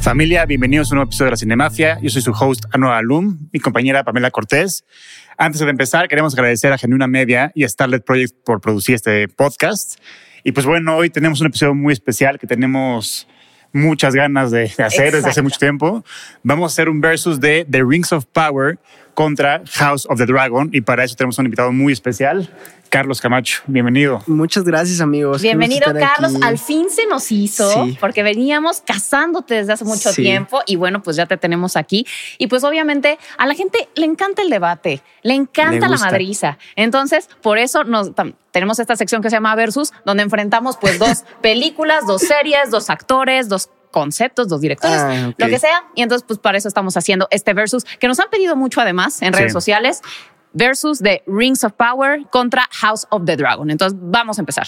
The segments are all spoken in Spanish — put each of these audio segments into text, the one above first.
Familia, bienvenidos a un nuevo episodio de La Cinemafia. Yo soy su host, Anwar Alum, mi compañera Pamela Cortés. Antes de empezar, queremos agradecer a Genuina Media y a Starlet Project por producir este podcast. Y pues bueno, hoy tenemos un episodio muy especial que tenemos muchas ganas de hacer desde hace mucho tiempo. Vamos a hacer un versus de The Rings of Power contra House of the Dragon. Y para eso tenemos un invitado muy especial, Carlos Camacho. Bienvenido. Muchas gracias, amigos. Bienvenido, Carlos. Aquí. Al fin se nos hizo, porque veníamos cazándote desde hace mucho tiempo y bueno, pues ya te tenemos aquí. Y pues obviamente a la gente le encanta el debate, le encanta la madriza. Entonces, por eso tenemos esta sección que se llama Versus, donde enfrentamos pues dos películas, dos series, dos actores, dos conceptos, dos directores, lo que sea. Y entonces, pues para eso estamos haciendo este Versus, que nos han pedido mucho además en redes sociales. Versus de Rings of Power contra House of the Dragon. Entonces, vamos a empezar.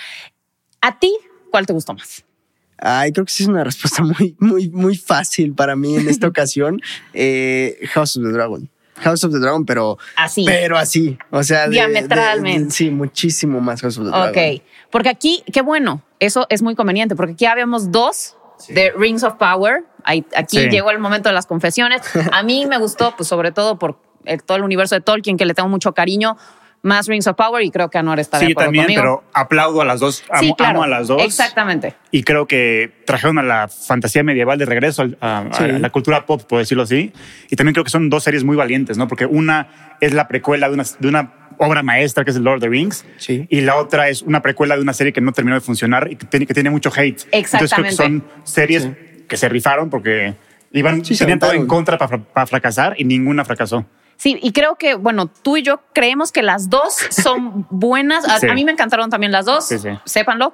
¿A ti cuál te gustó más? Ay, creo que sí es una respuesta muy fácil para mí en esta ocasión. House of the Dragon. House of the Dragon, pero así. O sea, diametralmente. Sí, muchísimo más House of the Dragon. Ok, porque aquí, qué bueno, eso es muy conveniente, porque aquí habíamos dos de Rings of Power. Aquí llegó el momento de las confesiones. A mí me gustó, pues sobre todo por todo el universo de Tolkien, que le tengo mucho cariño, más Rings of Power, y creo que Anuar está de acuerdo también, conmigo. Pero aplaudo a las dos, amo a las dos. Exactamente. Y creo que trajeron a la fantasía medieval de regreso a la cultura pop, por decirlo así. Y también creo que son dos series muy valientes, ¿no? Porque una es la precuela de una obra maestra que es el Lord of the Rings, y la otra es una precuela de una serie que no terminó de funcionar y que tiene mucho hate. Exactamente. Entonces creo que son series que se rifaron porque tenían todo en contra para fracasar y ninguna fracasó. Sí, y creo que, bueno, tú y yo creemos que las dos son buenas. A mí me encantaron también las dos, sépanlo.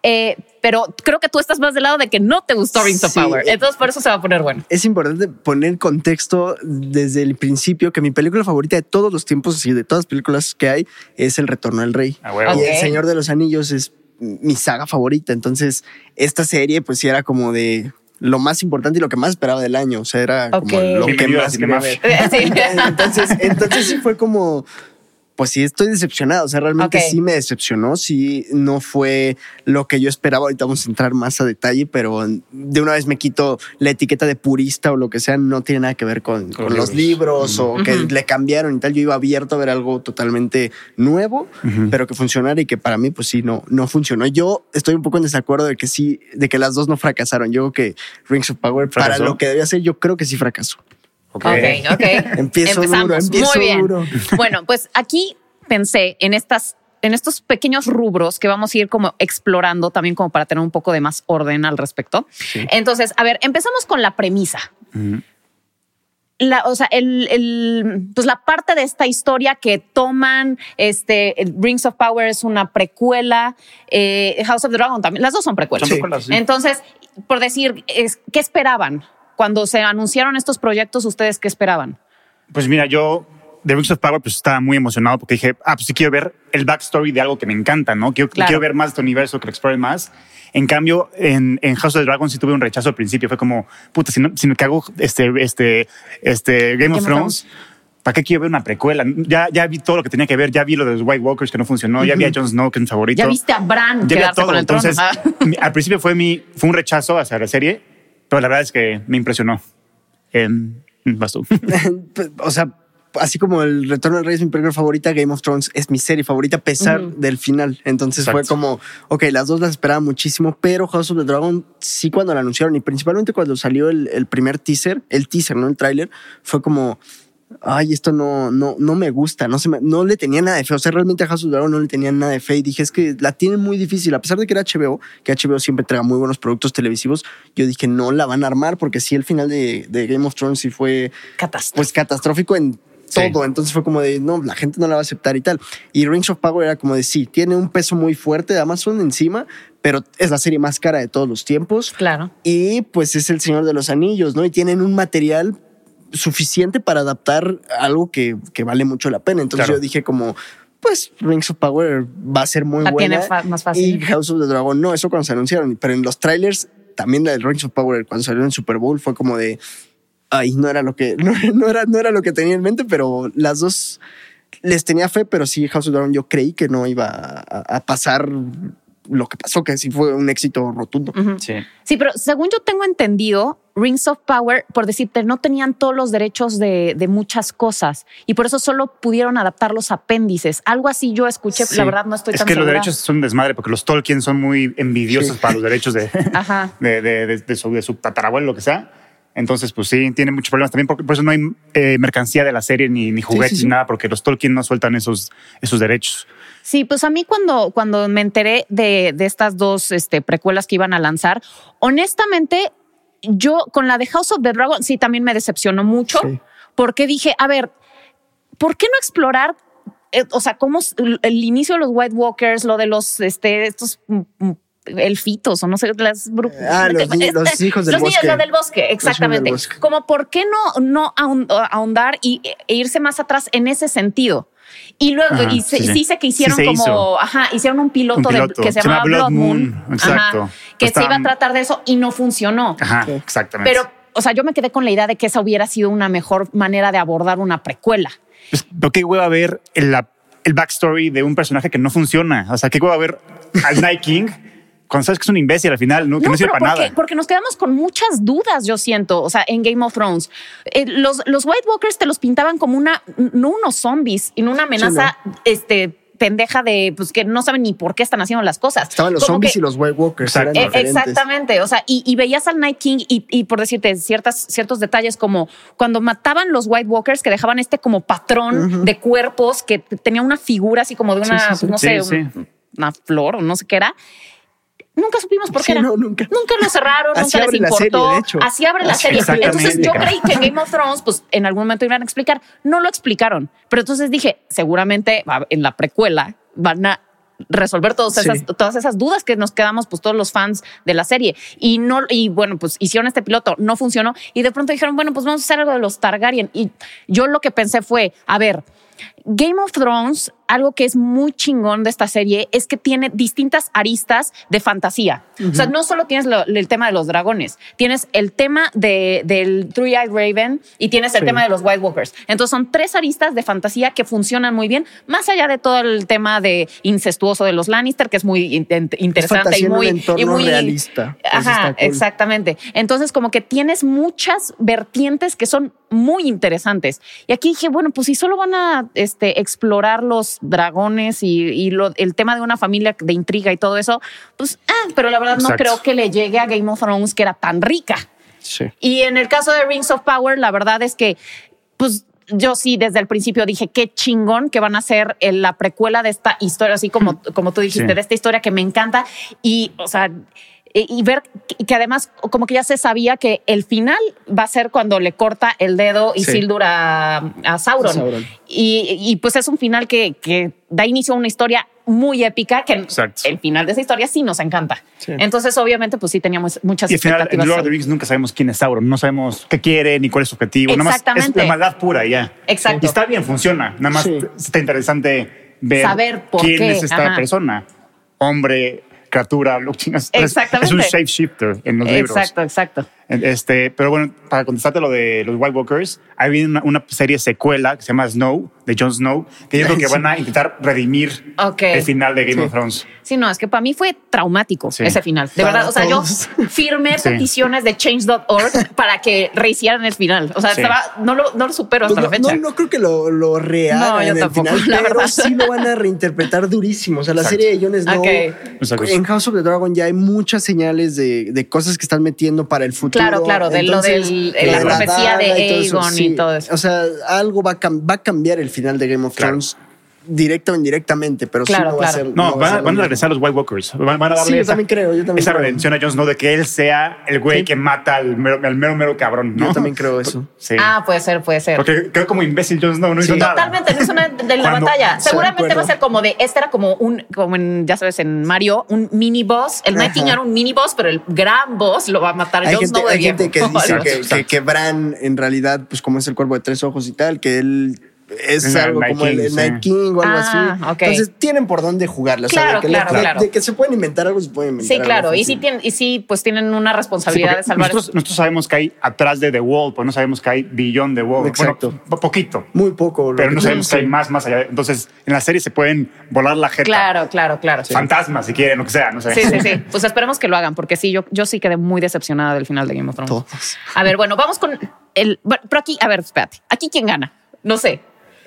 Pero creo que tú estás más del lado de que no te gustó Rings of Power. Entonces, por eso se va a poner bueno. Es importante poner contexto desde el principio que mi película favorita de todos los tiempos, así de todas las películas que hay, es El Retorno del Rey. Y El Señor de los Anillos es mi saga favorita. Entonces, esta serie, pues sí era como de lo más importante y lo que más esperaba del año. O sea, era como lo que más quería ver. Entonces sí fue como, pues sí estoy decepcionado. O sea, realmente sí me decepcionó. Sí, no fue lo que yo esperaba. Ahorita vamos a entrar más a detalle, pero de una vez me quito la etiqueta de purista o lo que sea. No tiene nada que ver con los libros o que le cambiaron y tal. Yo iba abierto a ver algo totalmente nuevo, pero que funcionara, y que para mí, pues sí, no funcionó. Yo estoy un poco en desacuerdo de que las dos no fracasaron. Yo creo que Rings of Power, para lo que debía ser, yo creo que sí fracasó. Ok. Empiezo duro. Bueno, pues aquí pensé en estos pequeños rubros que vamos a ir como explorando también, como para tener un poco de más orden al respecto. Sí. Entonces, a ver, empezamos con la premisa. La parte de esta historia que toman, Rings of Power es una precuela, House of the Dragon también, las dos son precuelas. Sí. Entonces, por decir, ¿qué esperaban? Cuando se anunciaron estos proyectos, ¿ustedes qué esperaban? Pues mira, yo de Rings of Power pues estaba muy emocionado porque dije, pues sí quiero ver el backstory de algo que me encanta, ¿no? Quiero ver más de este universo, que lo explore más. En cambio, en House of the Dragon sí tuve un rechazo al principio. Fue como, puta, si me cago Game of Thrones, ¿para qué quiero ver una precuela? Ya vi todo lo que tenía que ver. Ya vi lo de los White Walkers que no funcionó. Ya vi a Jon Snow, que es mi favorito. Ya viste a Bran quedarse todo. Con el trono. Entonces, al principio fue un rechazo hacia la serie, pero la verdad es que me impresionó. Vas tú. O sea, así como El Retorno del Rey es mi película favorita, Game of Thrones es mi serie favorita a pesar del final. Entonces fue como, las dos las esperaba muchísimo, pero House of the Dragon sí, cuando la anunciaron, y principalmente cuando salió el primer teaser, ¿no? El tráiler, fue como, ay, esto no me gusta, no le tenía nada de fe. O sea, realmente a House of the Dragon no le tenía nada de fe, y dije, es que la tienen muy difícil, a pesar de que era HBO, que HBO siempre trae muy buenos productos televisivos. Yo dije, no la van a armar, porque sí, el final de Game of Thrones sí fue catastrófico en todo. Entonces fue como de, no, la gente no la va a aceptar y tal. Y Rings of Power era como de, sí, tiene un peso muy fuerte de Amazon encima, pero es la serie más cara de todos los tiempos. Claro. Y pues es El Señor de los Anillos, ¿no? Y tienen un material suficiente para adaptar algo que vale mucho la pena. Entonces yo dije como, pues Rings of Power va a ser muy buena. Tiene más fácil. Y House of the Dragon no, eso cuando se anunciaron. Pero en los trailers, también la de Rings of Power, cuando salió en Super Bowl, fue como de, ay, no era lo que tenía en mente, pero las dos les tenía fe. Pero sí, House of the Dragon yo creí que no iba a pasar lo que pasó, que sí fue un éxito rotundo. Sí, pero según yo tengo entendido, Rings of Power, por decirte, no tenían todos los derechos de muchas cosas y por eso solo pudieron adaptar los apéndices. Algo así yo escuché, la verdad no estoy tan segura. Es que los derechos son un desmadre porque los Tolkien son muy envidiosos para los derechos de su tatarabuelo, lo que sea. Entonces, pues sí, tiene muchos problemas también porque por eso no hay mercancía de la serie ni juguetes ni nada, porque los Tolkien no sueltan esos derechos. Sí, pues a mí cuando me enteré de estas dos precuelas que iban a lanzar, honestamente, yo con la de House of the Dragon sí también me decepcionó mucho porque dije, a ver, ¿por qué no explorar cómo el inicio de los White Walkers, lo de los estos elfitos o no sé, los hijos del bosque. Lo del bosque, exactamente. Como por qué no ahondar e irse más atrás en ese sentido. Y luego dice que hicieron hicieron un piloto que se llamaba Blood Moon. Exacto. Que se iba a tratar de eso y no funcionó. Exactamente. Pero, yo me quedé con la idea de que esa hubiera sido una mejor manera de abordar una precuela. Pues, ¿qué hueva ver el backstory de un personaje que no funciona? O sea, ¿qué hueva ver al Night King cuando sabes que es un imbécil al final, que no sirve para nada? Porque nos quedamos con muchas dudas, yo siento, en Game of Thrones. Los White Walkers te los pintaban como no unos zombies, y no una amenaza pendeja de que no saben ni por qué están haciendo las cosas. Estaban los zombies y los White Walkers. Exactamente. Y veías al Night King y por decirte ciertos detalles, como cuando mataban los White Walkers, que dejaban como patrón de cuerpos que tenía una figura así como de una, una flor o no sé qué era. Nunca supimos por qué era. No, nunca lo cerraron, nunca les importó. Así abre la serie. Entonces yo creí que Game of Thrones, pues en algún momento iban a explicar. No lo explicaron. Pero entonces dije, seguramente en la precuela van a resolver todas esas dudas que nos quedamos, pues todos los fans de la serie. Y bueno, pues hicieron este piloto, no funcionó. Y de pronto dijeron, bueno, pues vamos a hacer algo de los Targaryen. Y yo lo que pensé fue, a ver, Game of Thrones, algo que es muy chingón de esta serie es que tiene distintas aristas de fantasía. O sea, no solo tienes el tema de los dragones, tienes el tema del Three-Eyed Raven y tienes el tema de los White Walkers. Entonces son 3 aristas de fantasía que funcionan muy bien, más allá de todo el tema de incestuoso de los Lannister, que es muy interesante y muy realista. Ajá, cool. Exactamente. Entonces como que tienes muchas vertientes que son muy interesantes. Y aquí dije, bueno, pues si solo van a explorar los dragones y el tema de una familia de intriga y todo eso, pues, pero la verdad no creo que le llegue a Game of Thrones, que era tan rica. Sí. Y en el caso de Rings of Power, la verdad es que, pues, yo sí desde el principio dije qué chingón que van a hacer la precuela de esta historia, así como tú dijiste, de esta historia que me encanta. Y, o sea, y ver que además como que ya se sabía que el final va a ser cuando le corta el dedo Isildur a Sauron. Y pues es un final que da inicio a una historia muy épica, que el final de esa historia sí nos encanta. Sí. Entonces obviamente pues sí teníamos muchas expectativas. Y al final en Lord of the Rings nunca sabemos quién es Sauron, no sabemos qué quiere ni cuál es su objetivo. Exactamente. Nada más es la maldad pura ya. Exacto. Y está bien, funciona. Nada más está interesante ver saber por quién qué es esta persona. Hombre, criatura, exactamente. Es un shapeshifter en los libros. Exacto. Pero bueno, para contestarte lo de los White Walkers, hay una serie secuela que se llama Snow, de Jon Snow, que yo creo que van a intentar redimir el final de Game of Thrones. Sí, no, es que para mí fue traumático ese final. De verdad, o sea, yo firmé peticiones de change.org para que rehicieran el final. O sea, no lo supero hasta la fecha. No creo que lo rehagan en el final, pero sí lo van a reinterpretar durísimo. O sea, la serie de Jon Snow, en House of the Dragon ya hay muchas señales de cosas que están metiendo para el futuro. Claro, de entonces, lo de la profecía de Aegon y todo eso. O sea, algo va a cambiar el final de Game of Thrones. Directa o indirectamente, pero sí no va a ser. No, van a regresar los White Walkers. Van a darle yo también creo. Esa redención a Jon Snow de que él sea el güey que mata al mero cabrón, ¿no? Yo también creo eso. Sí. Puede ser. Porque quedó como imbécil Jon Snow, no hizo nada. Totalmente, no hizo nada de la batalla. Seguramente va a ser como era como ya sabes, en Mario, un mini boss. El Night King era un mini boss, pero el gran boss lo va a matar Jon Snow. Hay gente que dice que Bran, en realidad, pues como es el cuervo de 3 ojos y tal, que él es algo como el Night King o algo así. Okay. Entonces tienen por dónde jugarla. Claro, claro. De que se pueden inventar algo, se pueden inventar. Sí, claro. Y sí, pues tienen una responsabilidad de salvar. Nosotros sabemos que hay atrás de The Wall, pero no sabemos que hay Beyond The Wall. Exacto. Bueno, poquito. Muy poco. Pero no sabemos que hay más allá. Entonces, en la serie se pueden volar la jeta. Claro. Fantasmas, si quieren, lo que sea, no sé. Sí. Pues esperemos que lo hagan, porque sí, yo sí quedé muy decepcionada del final de Game of Thrones. Todos. A ver, bueno, vamos con pero aquí, a ver, espérate. ¿Aquí quién gana? No sé.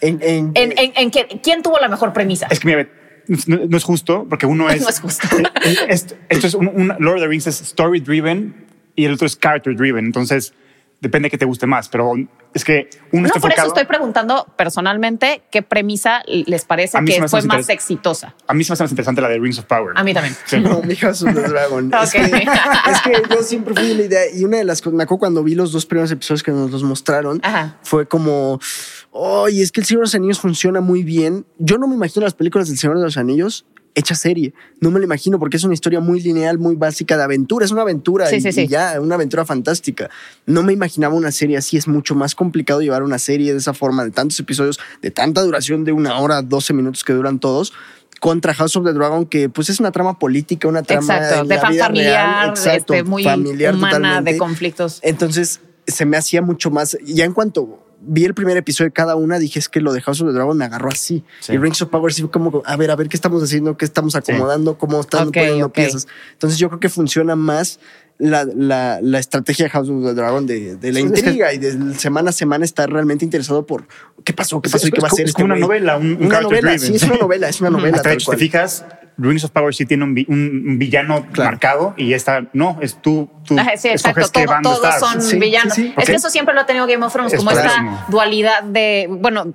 ¿Quién tuvo la mejor premisa? Es que mira, no es justo, porque uno es... No es justo. Esto es Lord of the Rings es story driven y el otro es character driven. Entonces, depende de qué te guste más, pero es que uno está enfocado... por eso estoy preguntando personalmente qué premisa les parece que fue más exitosa. A mí se me hace más interesante la de Rings of Power. A mí también. Sí. No, mi House of the Dragon. Okay. Es que yo siempre fui de la idea, y una de las cosas, me acuerdo cuando vi los 2 primeros episodios que nos los mostraron, fue como, y es que el Señor de los Anillos funciona muy bien. Yo no me imagino las películas del Señor de los Anillos hecha serie. No me lo imagino porque es una historia muy lineal, muy básica de aventura. Es una aventura y ya, una aventura fantástica. No me imaginaba una serie así. Es mucho más complicado llevar una serie de esa forma, de tantos episodios, de tanta duración de 1 hora, 12 minutos que duran todos, contra House of the Dragon, que pues es una trama política, una trama de familiar, muy familiar, humana, totalmente. De conflictos. Entonces se me hacía mucho más. Ya en cuanto vi el primer episodio de cada una, dije, es que lo de House of the Dragon me agarró así. Y Rings of Power sí fue como, a ver, qué estamos haciendo, qué estamos acomodando, cómo están poniendo piezas. Entonces yo creo que funciona más la estrategia de House of the Dragon de la intriga y de semana a semana estar realmente interesado por qué pasó y qué va a ser. Es como una novela, una novela. Sí, es una novela, Hasta de hecho, si te fijas, Rings of Power sí tiene un villano marcado y esta no, es tú escoges qué bando todos son villanos. Es que eso siempre lo ha tenido Game of Thrones, como esta dualidad de,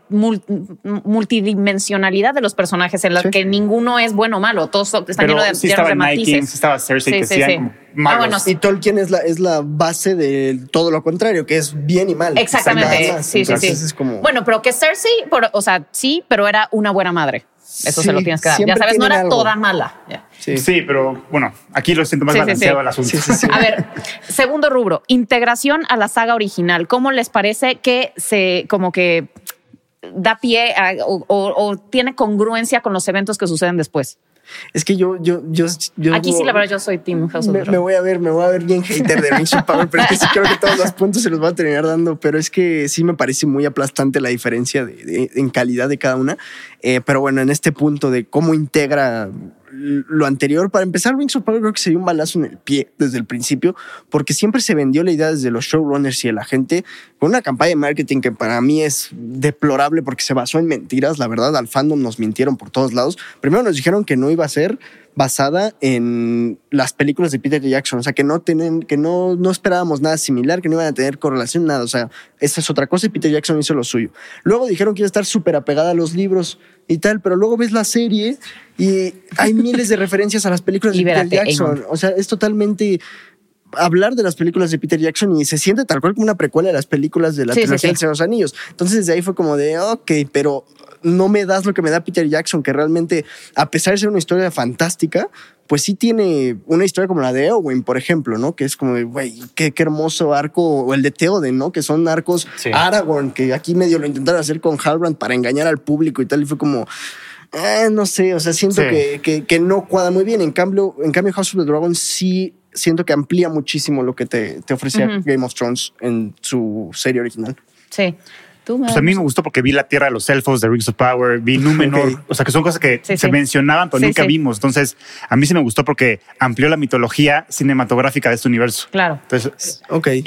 multidimensionalidad de los personajes en la que ninguno es bueno o malo, todos están llenos de matices. Estaba Cersei que decían malos. Y Tolkien es la base de todo lo contrario, que es bien y mal. Exactamente. Sí. Es como... Bueno, pero que Cersei, sí, pero era una buena madre. Eso se lo tienes que dar. Ya sabes, no era algo. Toda mala. Sí, pero bueno, aquí lo siento más balanceado el asunto. Sí. A ver, segundo rubro, integración a la saga original. ¿Cómo les parece que se como que da pie o tiene congruencia con los eventos que suceden después? Es que yo aquí sí, la verdad, yo soy Team House of the Dragon. Me voy a ver bien hater de Rings of Power, pero es que sí creo que todos los puntos se los voy a terminar dando, pero es que sí me parece muy aplastante la diferencia en calidad de cada una. Pero bueno, en este punto de cómo integra lo anterior, para empezar, Rings of Power creo que se dio un balazo en el pie desde el principio, porque siempre se vendió la idea desde los showrunners y de la gente con una campaña de marketing que para mí es deplorable porque se basó en mentiras. La verdad, al fandom nos mintieron por todos lados. Primero nos dijeron que no iba a ser basada en las películas de Peter Jackson, o sea, que no esperábamos nada similar, que no iban a tener correlación, nada, o sea, esa es otra cosa y Peter Jackson hizo lo suyo. Luego dijeron que iba a estar súper apegada a los libros y tal, pero luego ves la serie y hay miles de referencias a las películas de Peter Jackson, o sea, es totalmente hablar de las películas de Peter Jackson y se siente tal cual como una precuela de las películas de la trilogía del Señor de los Anillos. Entonces desde ahí fue como de, ok, pero no me das lo que me da Peter Jackson, que realmente, a pesar de ser una historia fantástica, pues sí tiene una historia como la de Eowyn, por ejemplo, ¿no? Que es como, güey, qué hermoso arco, o el de Theoden, ¿no? Que son arcos Aragorn, que aquí medio lo intentaron hacer con Halbrand para engañar al público y tal, y fue como... no sé, o sea, siento que no cuadra muy bien. En cambio, House of the Dragon sí siento que amplía muchísimo lo que te ofrecía Game of Thrones en su serie original. Sí. Pues a mí me gustó porque vi la Tierra de los Elfos de Rings of Power, vi Númenor, o sea, que son cosas que se mencionaban, pero nunca vimos. Entonces, a mí sí me gustó porque amplió la mitología cinematográfica de este universo. Claro. Entonces,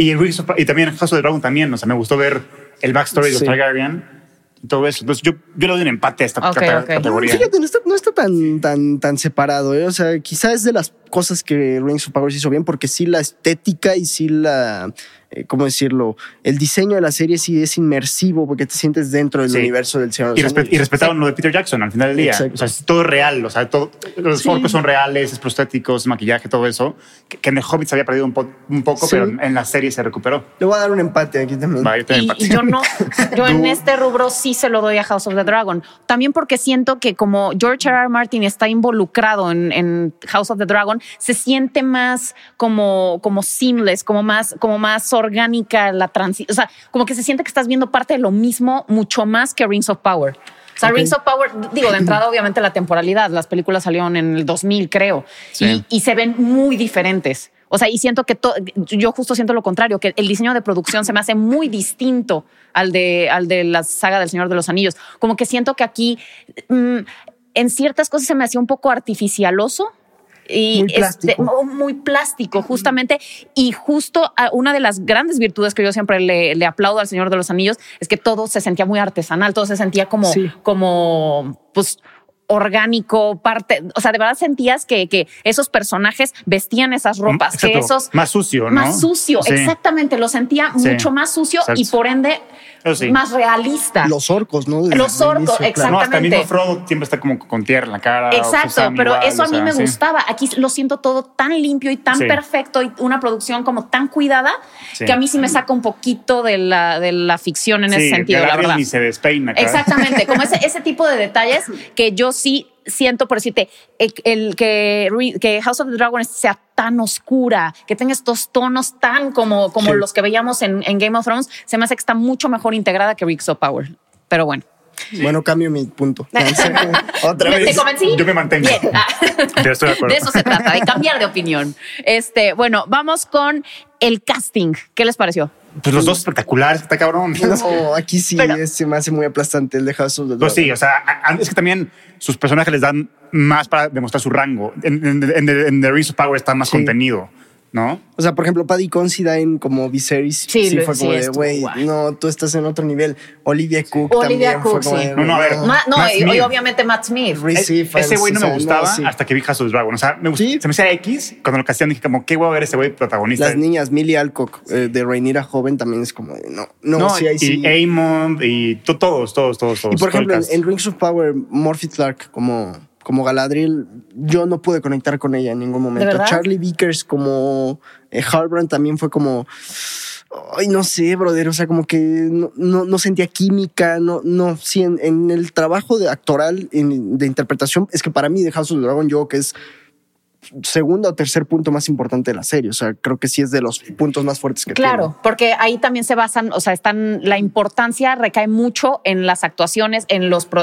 y también House of the Dragon también, o sea, me gustó ver el backstory de los Targaryen y todo eso. Entonces, yo le doy un empate a esta categoría. Fíjate, no está tan separado, ¿eh? O sea, quizás es de las cosas que Rings of Power hizo bien, porque sí la estética y sí la... ¿cómo decirlo? El diseño de la serie sí es inmersivo porque te sientes dentro del universo del Señor de los Anillos. Y respetaron lo de Peter Jackson al final del día. Exacto. O sea, es todo real. O sea, los orcos son reales, es prostéticos, maquillaje, todo eso. Que en The Hobbit se había perdido un poco, pero en la serie se recuperó. Le voy a dar un empate aquí también. Va, y yo en este rubro sí se lo doy a House of the Dragon. También porque siento que como George R.R. Martin está involucrado en House of the Dragon, se siente más como seamless, como más orgánica la transición. O sea, como que se siente que estás viendo parte de lo mismo mucho más que Rings of Power. O sea, Rings of Power, digo, de entrada, obviamente, la temporalidad. Las películas salieron en el 2000, creo. Sí. Y se ven muy diferentes. O sea, y siento que yo justo siento lo contrario, que el diseño de producción se me hace muy distinto al de la saga del Señor de los Anillos. Como que siento que aquí en ciertas cosas se me hacía un poco artificialoso. Y muy plástico, justamente. Y justo una de las grandes virtudes que yo siempre le aplaudo al Señor de los Anillos es que todo se sentía muy artesanal, todo se sentía como pues orgánico, parte, o sea, de verdad sentías que esos personajes vestían esas ropas, exacto, que esos más sucio, ¿no? Más sucio, sí. Exactamente, lo sentía mucho más sucio, exacto. Y por ende más realista. Los orcos, ¿no? Los orcos, inicio, exactamente. No, hasta el mismo Frodo siempre está como con tierra en la cara. Exacto, pero igual, eso a mí me gustaba. Aquí lo siento todo tan limpio y tan perfecto y una producción como tan cuidada que a mí sí me saca un poquito de la ficción en ese sentido, la verdad. Ni se despeina. Cara. Exactamente, como ese tipo de detalles que yo sí siento, por decirte, que House of the Dragon sea tan oscura, que tenga estos tonos tan como los que veíamos en Game of Thrones, se me hace que está mucho mejor integrada que Rings of Power. Pero bueno. Bueno, cambio mi punto. Otra vez. ¿Te convencí? Yo me mantengo. Yo estoy de acuerdo. De eso se trata, de cambiar de opinión. Bueno, vamos con el casting. ¿Qué les pareció? Pues los dos espectaculares, está cabrón. No, aquí sí se me hace muy aplastante el de House of the Dragon. Pues sí, o sea, es que también sus personajes les dan más para demostrar su rango. En The Rings of Power está más contenido, ¿no? O sea, por ejemplo, Paddy Considine como Viserys sí fue como de, güey, no, tú estás en otro nivel. Olivia Cook también fue como de... No, a ver. Y obviamente Matt Smith. Ese güey no me gustaba hasta que vi House of the Dragon. O sea, se me hacía X. Cuando lo castearon dije como, ¿qué voy a ver ese güey protagonista? Las niñas, Millie Alcock de Rhaenyra joven también es como de, no, sí, ahí sí. Y Aemond y todos. Y por ejemplo, en Rings of Power, Morphy Clark como Galadriel, yo no pude conectar con ella en ningún momento. Charlie Vickers como Halbrand también fue como... Ay, no sé, brother. O sea, como que no sentía química. Sí, en el trabajo actoral, de interpretación, es que para mí de House of the Dragon yo que es segundo o tercer punto más importante de la serie. O sea, creo que sí es de los puntos más fuertes que tiene. Claro, porque ahí también se basan, o sea, la importancia recae mucho en las actuaciones, en los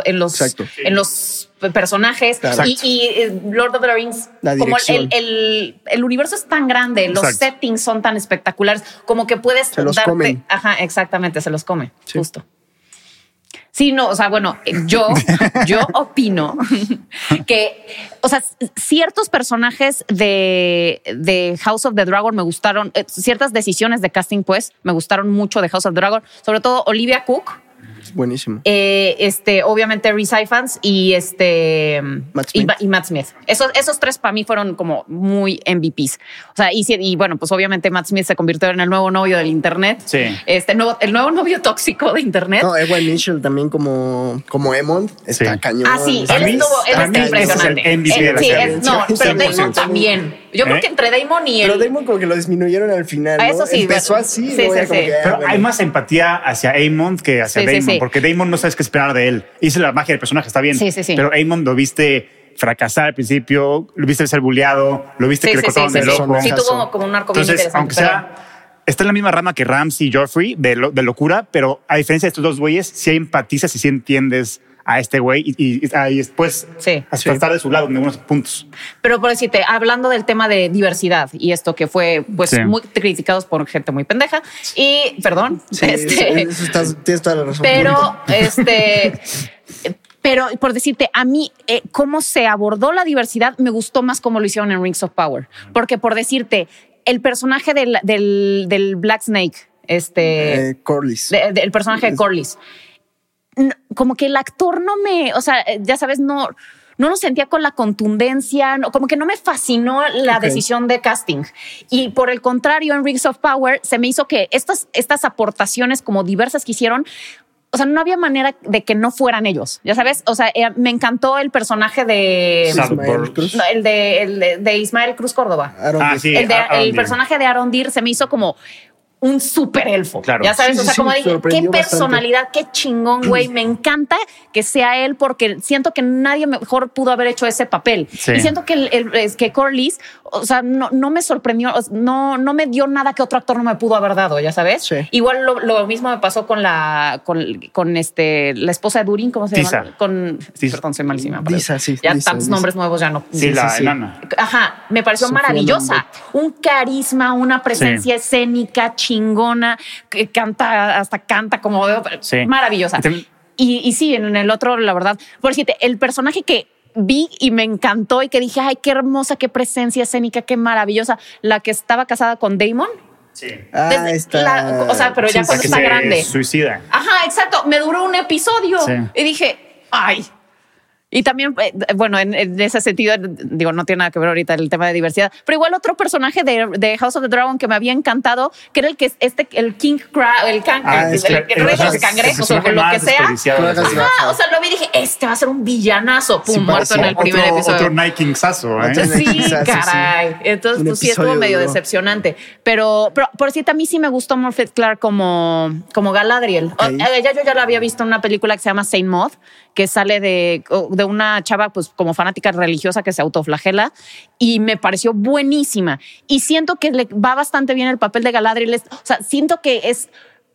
personajes. Y Lord of the Rings, como el universo es tan grande, los settings son tan espectaculares, como que puedes se los comen. Ajá, exactamente, se los come, justo. Sí, no, o sea, bueno, yo opino que, o sea, ciertos personajes de House of the Dragon me gustaron, ciertas decisiones de casting, pues, me gustaron mucho de House of the Dragon, sobre todo Olivia Cook. Buenísimo. Obviamente Rhys Ifans y Matt Smith. Esos tres para mí fueron como muy MVPs. O sea, y bueno, pues obviamente Matt Smith se convirtió en el nuevo novio del internet. Sí. El nuevo novio tóxico de internet. No, Ewan Mitchell también como Aemond está cañón. Ah, sí, él está impresionante. Pero Damon también. Yo creo que entre Damon y él. Pero Damon como que lo disminuyeron al final, ¿no? Eso sí. Empezó así. Pero hay más empatía hacia Aemond que hacia Damon, porque Damon no sabes qué esperar de él. Hice la magia del personaje, está bien. Sí. Pero Aemond lo viste fracasar al principio, lo viste ser bulleado, lo viste que le cortaron del ojo. Sí, tuvo como un arco bien interesante. Aunque está en la misma rama que Ramsay y Joffrey de locura, pero a diferencia de estos dos güeyes, sí empatizas y sí entiendes a este güey y después hasta estar de su lado en algunos puntos. Pero por decirte, hablando del tema de diversidad y esto que fue pues muy criticados por gente muy pendeja y perdón, tienes toda la razón. Pero por decirte, a mí, cómo se abordó la diversidad me gustó más como lo hicieron en Rings of Power. Porque por decirte, el personaje del Black Snake, Corlys. El personaje de Corlys, como que el actor o sea, ya sabes, no lo sentía con la contundencia, como que no me fascinó la decisión de casting. Y por el contrario, en Rings of Power se me hizo que estas aportaciones como diversas que hicieron, o sea, no había manera de que no fueran ellos, ya sabes. O sea, me encantó el personaje de Ismael Cruz. No, el de Ismael Cruz Córdoba. El personaje de Aaron Deer se me hizo como un super elfo. Claro. Ya sabes, Sí, o sea, sí, como sí, dije, qué personalidad, bastante. Qué chingón, güey. Me encanta que sea él porque siento que nadie mejor pudo haber hecho ese papel. Sí. Y siento que Corlys, o sea, no me sorprendió, no me dio nada que otro actor no me pudo haber dado, ya sabes. Sí. Igual lo mismo me pasó con la esposa de Durin, ¿cómo se llama? Perdón, soy malísima. Disa, sí. Ya Disa, tantos nombres nuevos ya no. Sí, la enana. Ajá, me pareció maravillosa. Un carisma, una presencia escénica chingona, que canta como maravillosa. Y sí, en el otro, la verdad, por decirte, el personaje que vi y me encantó y que dije, ay, qué hermosa, qué presencia escénica, qué maravillosa, la que estaba casada con Daemon. Sí. O sea, pero ya cuando está grande. Suicida. Ajá, exacto. Me duró un episodio y dije, ay. Y también, bueno, en ese sentido, digo, no tiene nada que ver ahorita el tema de diversidad, pero igual otro personaje de House of the Dragon que me había encantado, que era el que el King Crab, el rey de los cangrejos o lo que sea. O sea, lo vi y dije, este va a ser un villanazo. Pum, muerto en el primer episodio. Otro Night Kingsazo, ¿eh? Sí, caray. Entonces, pues sí estuvo medio decepcionante. Pero por cierto, a mí sí me gustó Morpeth Clark como Galadriel. Yo ya la había visto en una película que se llama Saint Maud, que sale de una chava pues como fanática religiosa que se autoflagela y me pareció buenísima. Y siento que le va bastante bien el papel de Galadriel. O sea, siento que es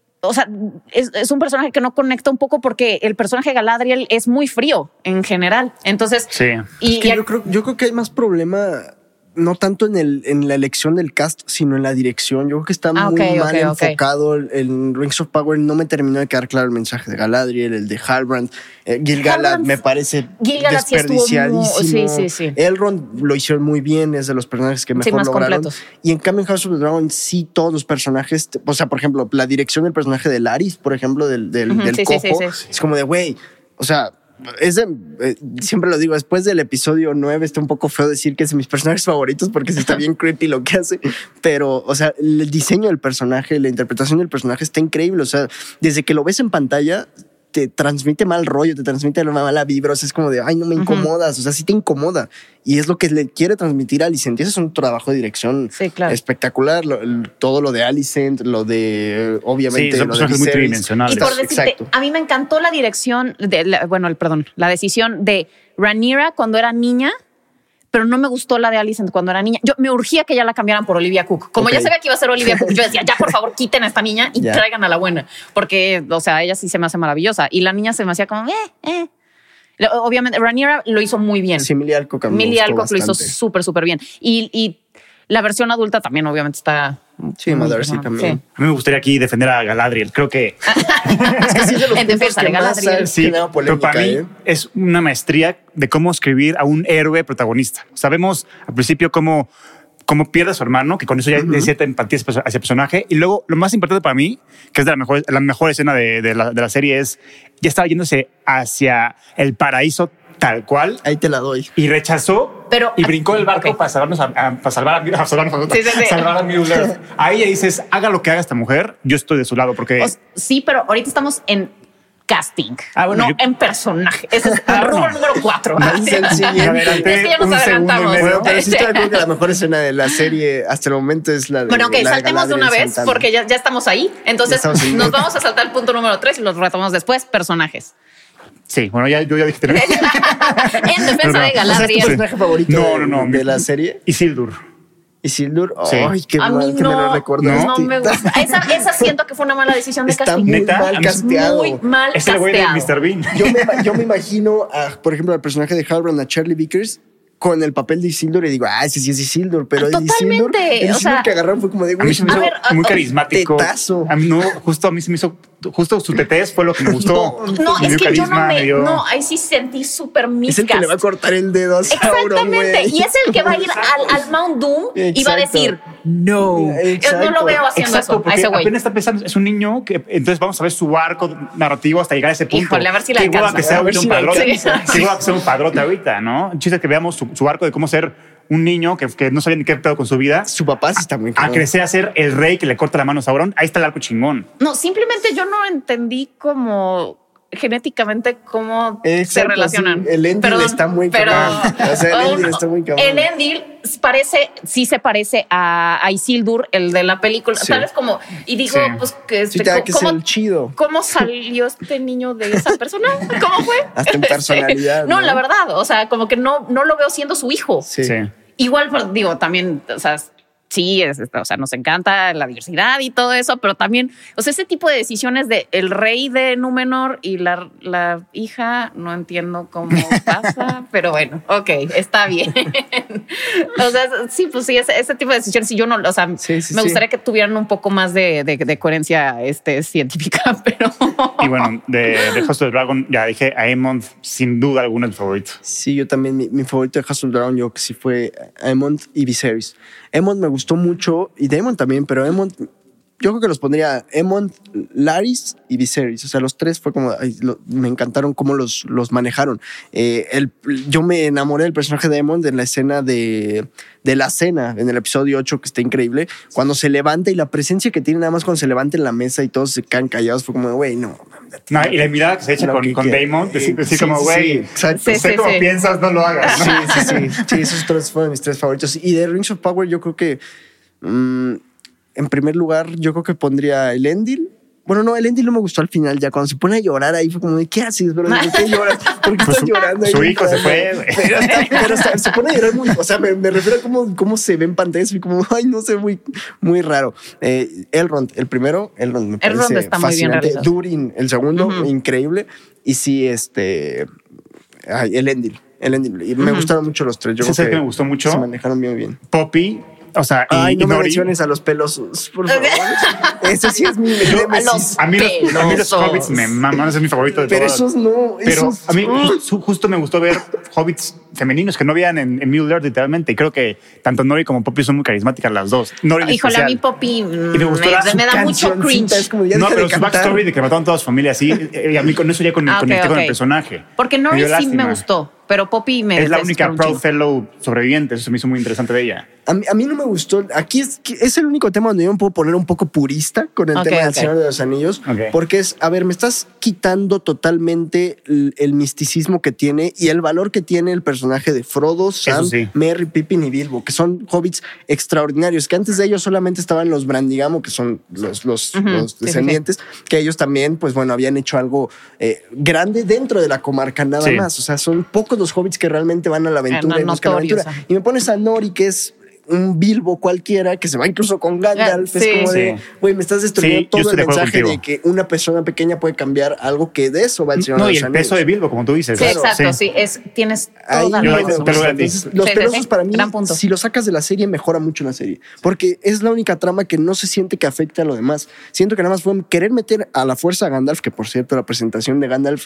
un personaje que no conecta un poco porque el personaje de Galadriel es muy frío en general. Entonces, sí. Yo creo que hay más problema no tanto en la elección del cast, sino en la dirección. Yo creo que está muy mal enfocado. En Rings of Power no me terminó de quedar claro el mensaje de Galadriel, el de Halbrand. Gil-galad me parece desperdiciadísimo. Sí. Elrond lo hicieron muy bien, es de los personajes que mejor lograron. Completos. Y en cambio en House of the Dragon sí todos los personajes, o sea, por ejemplo, la dirección del personaje de Larys, por ejemplo, del cojo, es como de, güey, o sea, siempre lo digo, después del episodio 9 está un poco feo decir que es de mis personajes favoritos porque sí está bien creepy lo que hace, pero o sea, el diseño del personaje, la interpretación del personaje está increíble. O sea, desde que lo ves en pantalla te transmite mal rollo, te transmite mala vibra. O sea, es como de, ay, no me incomodas. O sea, sí te incomoda. Y es lo que le quiere transmitir a Alicent. Y ese es un trabajo de dirección espectacular. Todo lo de Alicent, lo de, obviamente, son personajes muy tridimensionales. Y por decirte, a mí me encantó la dirección, la decisión de Rhaenyra cuando era niña, pero no me gustó la de Alicent cuando era niña. Yo me urgía que ya la cambiaran por Olivia Cook. Como ya sabía que iba a ser Olivia Cook, yo decía, ya por favor quiten a esta niña y traigan a la buena. Porque, o sea, ella sí se me hace maravillosa. Y la niña se me hacía como, Obviamente, Rhaenyra lo hizo muy bien. Sí, Millie Alcock lo hizo súper bien. Y la versión adulta también, obviamente, está... Sí, Mother sí también. A mí me gustaría aquí defender a Galadriel. Creo que... es que sí, de los en defensa de Galadriel. Sí, pero para mí es una maestría de cómo escribir a un héroe protagonista. Sabemos al principio cómo pierde a su hermano, que con eso ya hay cierta empatía hacia el personaje. Y luego, lo más importante para mí, que es la mejor escena de la serie, es ya estaba yéndose hacia el paraíso tal cual. Ahí te la doy. Y rechazó y brincó el barco para salvarnos para salvar a Middle-earth. Ahí ya dices, haga lo que haga esta mujer, yo estoy de su lado. Porque... sí, pero ahorita estamos en casting, en personaje. Ese es el rubro número 4. Es que ya nos adelantamos. Bueno, pero sí estoy de acuerdo que la mejor escena de la serie hasta el momento es la de... Bueno, saltemos de una vez porque ya estamos ahí. Entonces nos vamos a saltar el punto número 3 y los retomamos después. Personajes. Sí, bueno, yo ya dije también. En defensa de Galadriel. ¿Es tu personaje favorito de la serie? Isildur. Isildur, sí. Ay, qué mal que me lo recuerdas. No me gusta. Esa siento que fue una mala decisión de casting. Muy mal casteado. Muy mal casteado. Es el güey de Mr. Bean. Yo me imagino, por ejemplo, al personaje de Halbrand, a Charlie Vickers, con el papel de Isildur y digo, ese sí es Isildur, pero totalmente. El Isildur que agarraron fue como de, a mí se me hizo muy carismático. Tetazo. A mí se me hizo, justo su tetez fue lo que me gustó. No, es que carisma, no, ahí sí sentí súper miscast. Es el que le va a cortar el dedo a Sauron, exactamente, y es el que va a ir al Mount Doom y va a decir, no. Yo no lo veo haciendo eso a ese güey. Apenas está pensando, es un niño que entonces vamos a ver su arco narrativo hasta llegar a ese punto. Híjole, a ver si la alcanza. Que sea un padrote. Qué guapa que sea un padrote ahorita, ¿no? El chiste es que veamos su arco de cómo ser un niño que no sabía ni qué pedo con su vida. Su papá sí está muy a crecer a ser el rey que le corta la mano a Sauron. Ahí está el arco chingón. No, simplemente yo no entendí como genéticamente cómo se relacionan. Sí. El Elendil está muy cabrón. O sea, el Elendil está muy cabrón. El Elendil sí se parece a Isildur, el de la película. Sí. ¿Sabes cómo? Y digo, pues que ¿cómo, el chido. ¿Cómo salió este niño de esa persona? ¿Cómo fue? Hasta en personalidad. No, la verdad, o sea, como que no lo veo siendo su hijo. Sí. Igual, digo, también, o sea, sí, o sea, nos encanta la diversidad y todo eso, pero también, o sea, ese tipo de decisiones de el rey de Númenor y la hija, no entiendo cómo pasa, pero bueno, ok, está bien. O sea, sí, pues sí, ese tipo de decisiones, y yo no, o sea, me gustaría que tuvieran un poco más de coherencia científica, pero... Y bueno, de House of the Dragon, ya dije, Aemond, sin duda alguna el favorito. Sí, yo también, mi favorito de House of the Dragon, yo que sí fue Aemond y Viserys. Aemond me gustó mucho, y Daemon también, pero Aemond, yo creo que los pondría Aemond, Larys y Viserys. O sea, los tres fue como, me encantaron cómo los manejaron. Yo me enamoré del personaje de Aemond en la escena de la cena, en el episodio 8, que está increíble. Cuando se levanta y la presencia que tiene nada más cuando se levanta en la mesa y todos se quedan callados, fue como, güey, no. Y la mirada que se echa con Daemon, decir como, güey, sé cómo piensas, no lo hagas. ¿No? Sí, esos tres fueron mis tres favoritos. Y de Rings of Power, yo creo que en primer lugar, yo creo que pondría el Elendil. Bueno, no, el Elendil no me gustó al final. Ya cuando se pone a llorar ahí fue como, ¿qué haces, bro? ¿Por qué lloras? ¿Por qué estás llorando ahí? Su hijo se fue. Pero se pone a llorar muy... O sea, me refiero a cómo se ve en pantalla. Y como, ay, no sé, muy raro. Elrond, el primero. Elrond me parece Elrond está muy bien realizado. Durin, el segundo, increíble. Y sí, el Elendil. Y me gustaron mucho los tres. Yo creo que me gustó mucho. Se manejaron bien. Poppy. O sea, no me menciones a los pelosos, por favor. Ese sí es mi némesis. A mí los hobbits me maman, ese es mi favorito de todos. Pero esos no. Pero a mí justo me gustó ver hobbits femeninos que no veían en Middle Earth literalmente. Y creo que tanto Nori como Poppy son muy carismáticas las dos. Nori híjole, a mí Poppy me da mucho cringe. Es como, no, pero su backstory de que mataron toda su familia así, y a mí con eso ya conecté con el personaje. Porque Nori sí me gustó, pero Poppy es la única Proud Fellow sobreviviente. Eso se me hizo muy interesante de ella. A mí no me gustó. Aquí es el único tema donde yo me puedo poner un poco purista con el tema del Señor de los Anillos. Porque me estás quitando totalmente el misticismo que tiene y el valor que tiene el personaje de Frodo, Sam, Merry, Pippin y Bilbo, que son hobbits extraordinarios, que antes de ellos solamente estaban los Brandigamo, que son los descendientes, que ellos también, pues bueno, habían hecho algo grande dentro de la comarca, nada más. O sea, son pocos los hobbits que realmente van a la aventura y buscan la aventura. Y me pones a Nori, que es un Bilbo cualquiera que se va incluso con Gandalf. Es como de, güey, me estás destruyendo todo el mensaje de que una persona pequeña puede cambiar algo, que de eso va el Señor de los Anillos. Y el peso de Bilbo, como tú dices. Sí, exacto, tienes toda la razón. Los pelosos para mí, si lo sacas de la serie, mejora mucho la serie. Porque es la única trama que no se siente que afecte a lo demás. Siento que nada más fue querer meter a la fuerza a Gandalf, que por cierto, la presentación de Gandalf...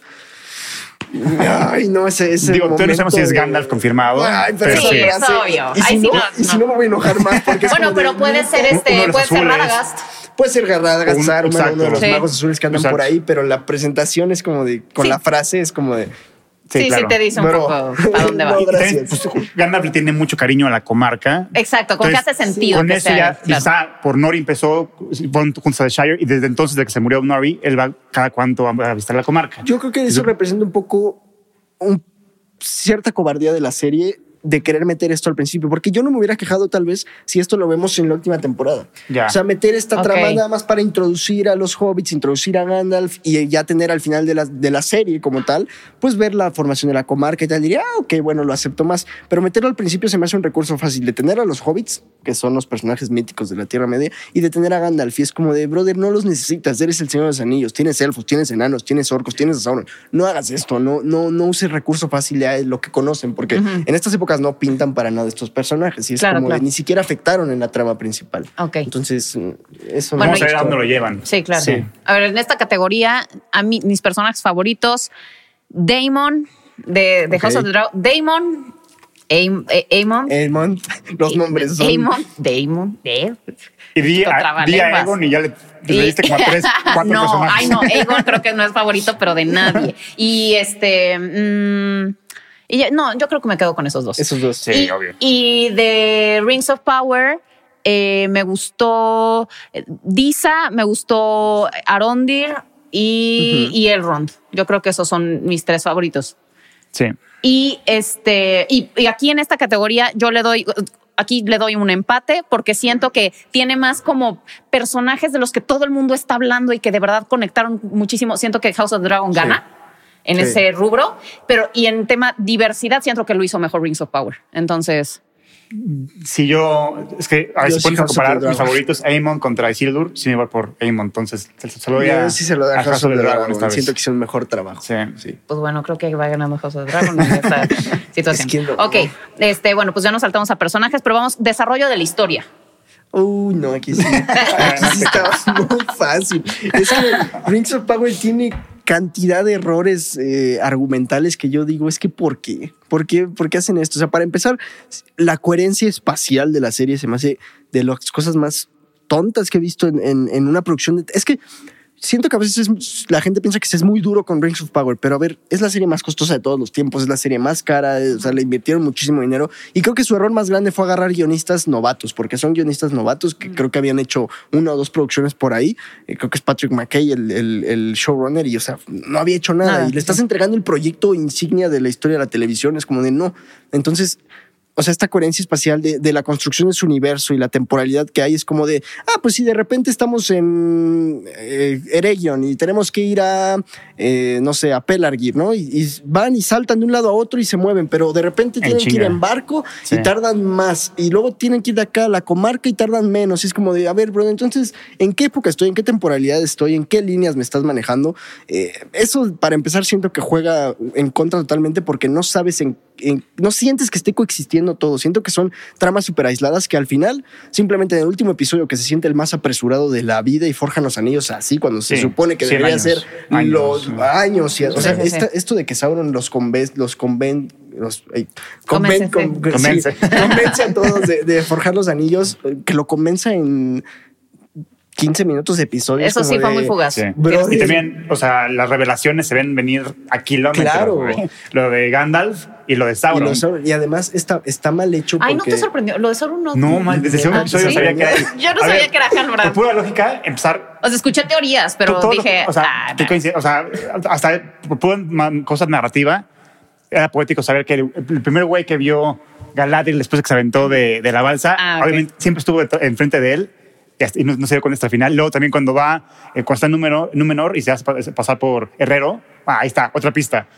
Ay, no, ese digo, tú no sabemos si es Gandalf confirmado. Ay, pero sí, es obvio. Y si no me voy a enojar más. Porque bueno, pero puede ser puede ser Radagast. Puede ser Radagast, uno de los magos azules que andan por ahí, pero la presentación es como de, con la frase es como de... Sí, te dice un poco a dónde va. Gandalf tiene mucho cariño a la comarca. Exacto, con que hace sentido. Con eso ya, quizá por Nori empezó junto a The Shire, y desde entonces, de que se murió Nori, él va cada cuánto a visitar la comarca. Yo creo que eso representa un poco cierta cobardía de la serie, de querer meter esto al principio, porque yo no me hubiera quejado tal vez si esto lo vemos en la última temporada. O sea, meter esta trama nada más para introducir a los hobbits, introducir a Gandalf y ya tener al final de la serie como tal, pues ver la formación de la comarca y tal, diría, ok, bueno, lo acepto más, pero meterlo al principio se me hace un recurso fácil de tener a los hobbits, que son los personajes míticos de la Tierra Media, y de tener a Gandalf, y es como de, brother, no los necesitas, eres el Señor de los Anillos, tienes elfos, tienes enanos, tienes orcos, tienes a Sauron, no hagas esto, no uses recurso fácil de lo que conocen, porque en estas épocas no pintan para nada estos personajes y es como de, ni siquiera afectaron en la trama principal. Entonces, eso vamos a ver a dónde lo llevan. Sí, claro. Sí. A ver, en esta categoría, a mí, mis personajes favoritos, Daemon, de House of the Dragon, Daemon, Aemon, los nombres son... Daemon. Y di a Aegon y ya le diste como a 3, 4 personajes. Ay, no, Aegon creo que no es favorito, pero de nadie. Y yo creo que me quedo con esos dos. Esos dos, sí, obvio. Y de Rings of Power, me gustó Disa, me gustó Arondir y Elrond. Yo creo que esos son mis 3 favoritos. Sí. Y aquí en esta categoría yo le doy un empate porque siento que tiene más como personajes de los que todo el mundo está hablando y que de verdad conectaron muchísimo. Siento que House of the Dragon gana en ese rubro, y en tema diversidad siento que lo hizo mejor Rings of Power. Entonces... Si es que a ver, si pones a comparar mis favoritos, Aemon contra Isildur, sí me voy por Aemon. Entonces se lo doy a House of the Dragon. Siento que hizo un mejor trabajo. Sí. Pues bueno, creo que va ganando House of the Dragon en esta situación. Ok, bueno, pues ya nos saltamos a personajes, pero vamos, desarrollo de la historia. No, aquí sí. Aquí sí estaba muy fácil. Es que Rings of Power tiene cantidad de errores argumentales que yo digo, es que ¿por qué? ¿Por qué hacen esto? O sea, para empezar, la coherencia espacial de la serie se me hace de las cosas más tontas que he visto en una producción. Es que siento que a veces la gente piensa que es muy duro con Rings of Power, pero a ver, es la serie más costosa de todos los tiempos, es la serie más cara, o sea, le invirtieron muchísimo dinero y creo que su error más grande fue agarrar guionistas novatos, porque son guionistas novatos que creo que habían hecho 1 o 2 producciones por ahí. Creo que es Patrick McKay, el showrunner, y o sea, no había hecho nada. Y le estás entregando el proyecto insignia de la historia de la televisión, es como de no. Entonces... O sea, esta coherencia espacial de la construcción de su universo y la temporalidad que hay es como de, pues si de repente estamos en Eregion y tenemos que ir a, no sé, a Pelargir, ¿no? Y van y saltan de un lado a otro y se mueven, pero de repente tienen que ir en barco y tardan más. Y luego tienen que ir de acá a la comarca y tardan menos. Y es como de, a ver, bro, entonces, ¿en qué época estoy? ¿En qué temporalidad estoy? ¿En qué líneas me estás manejando? Eso, para empezar, siento que juega en contra totalmente porque no sabes no sientes que esté coexistiendo todo. Siento que son tramas súper aisladas que al final, simplemente en el último episodio que se siente el más apresurado de la vida y forjan los anillos así, cuando se supone que debería ser los años. O sea, esto de que Sauron convence a todos de forjar los anillos, que lo convenza en 15 minutos de episodio. Eso sí fue muy fugaz. Sí. Y también, o sea, las revelaciones se ven venir a kilómetros. Claro. Lo de Gandalf y lo de Sauron. Y además está mal hecho. Ay, ¿no te sorprendió? Lo de Sauron no. No, man, desde ese episodio sabía que era. Yo no sabía que era Halbrand. Por pura lógica, empezar. O sea, escuché teorías, pero dije. ¿qué coincidencia? O sea, hasta por pura cosa narrativa, era poético saber que el primer güey que vio Galadriel después de que se aventó de la balsa, obviamente siempre estuvo enfrente de él. Y no se dio con hasta el final. Luego también cuando está en Númenor y se hace pasar por herrero, ahí está, otra pista.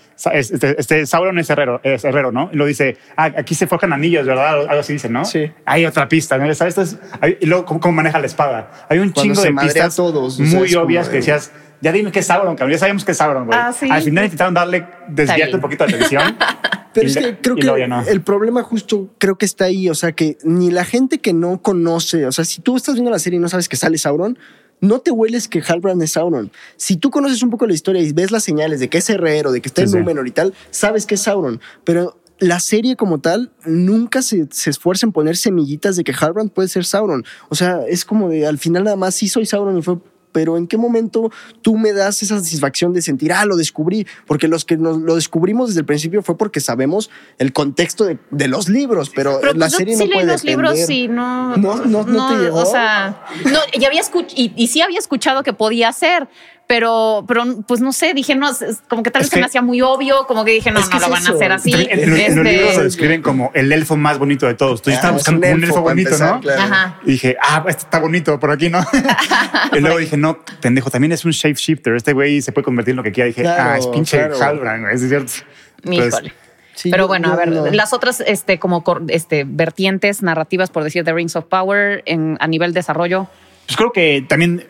Sauron es herrero, ¿no? Y luego dice, aquí se forjan anillos, ¿verdad? Algo así dice, ¿no? Sí. Hay otra pista, ¿no? Y luego cómo maneja la espada. Hay un chingo de pistas muy obvias que decías, ya dime qué es Sauron, cabrón. Ya sabemos qué es Sauron, güey. ¿Sí? Al final intentaron desviarte un poquito de atención. Pero es que creo que el problema justo creo que está ahí, o sea, que ni la gente que no conoce, o sea, si tú estás viendo la serie y no sabes que sale Sauron, no te hueles que Halbrand es Sauron. Si tú conoces un poco la historia y ves las señales de que es herrero, de que está en Númenor y tal, sabes que es Sauron, pero la serie como tal nunca se esfuerza en poner semillitas de que Halbrand puede ser Sauron. O sea, es como de al final nada más sí soy Sauron y fue... Pero ¿en qué momento tú me das esa satisfacción de sentir, lo descubrí? Porque los que lo descubrimos desde el principio fue porque sabemos el contexto de los libros, pero la serie no puede los libros sí, no te llegó. O sea, no, ya había y sí había escuchado que podía ser, pero pues no sé, dije, no, como que tal vez se me hacía muy obvio, como que dije, no lo van a hacer así. En los libros lo describen como el elfo más bonito de todos. Tú estabas buscando un elfo bonito, empezar, ¿no? Claro. Ajá. Y dije, este está bonito por aquí, ¿no? Y luego dije, no, pendejo, también es un shapeshifter. Este güey se puede convertir en lo que quiera. Dije, es pinche Halbrand, es cierto. Híjole. Sí, pero bueno, a ver, las otras como vertientes narrativas, por decir, de Rings of Power a nivel desarrollo. Pues creo que también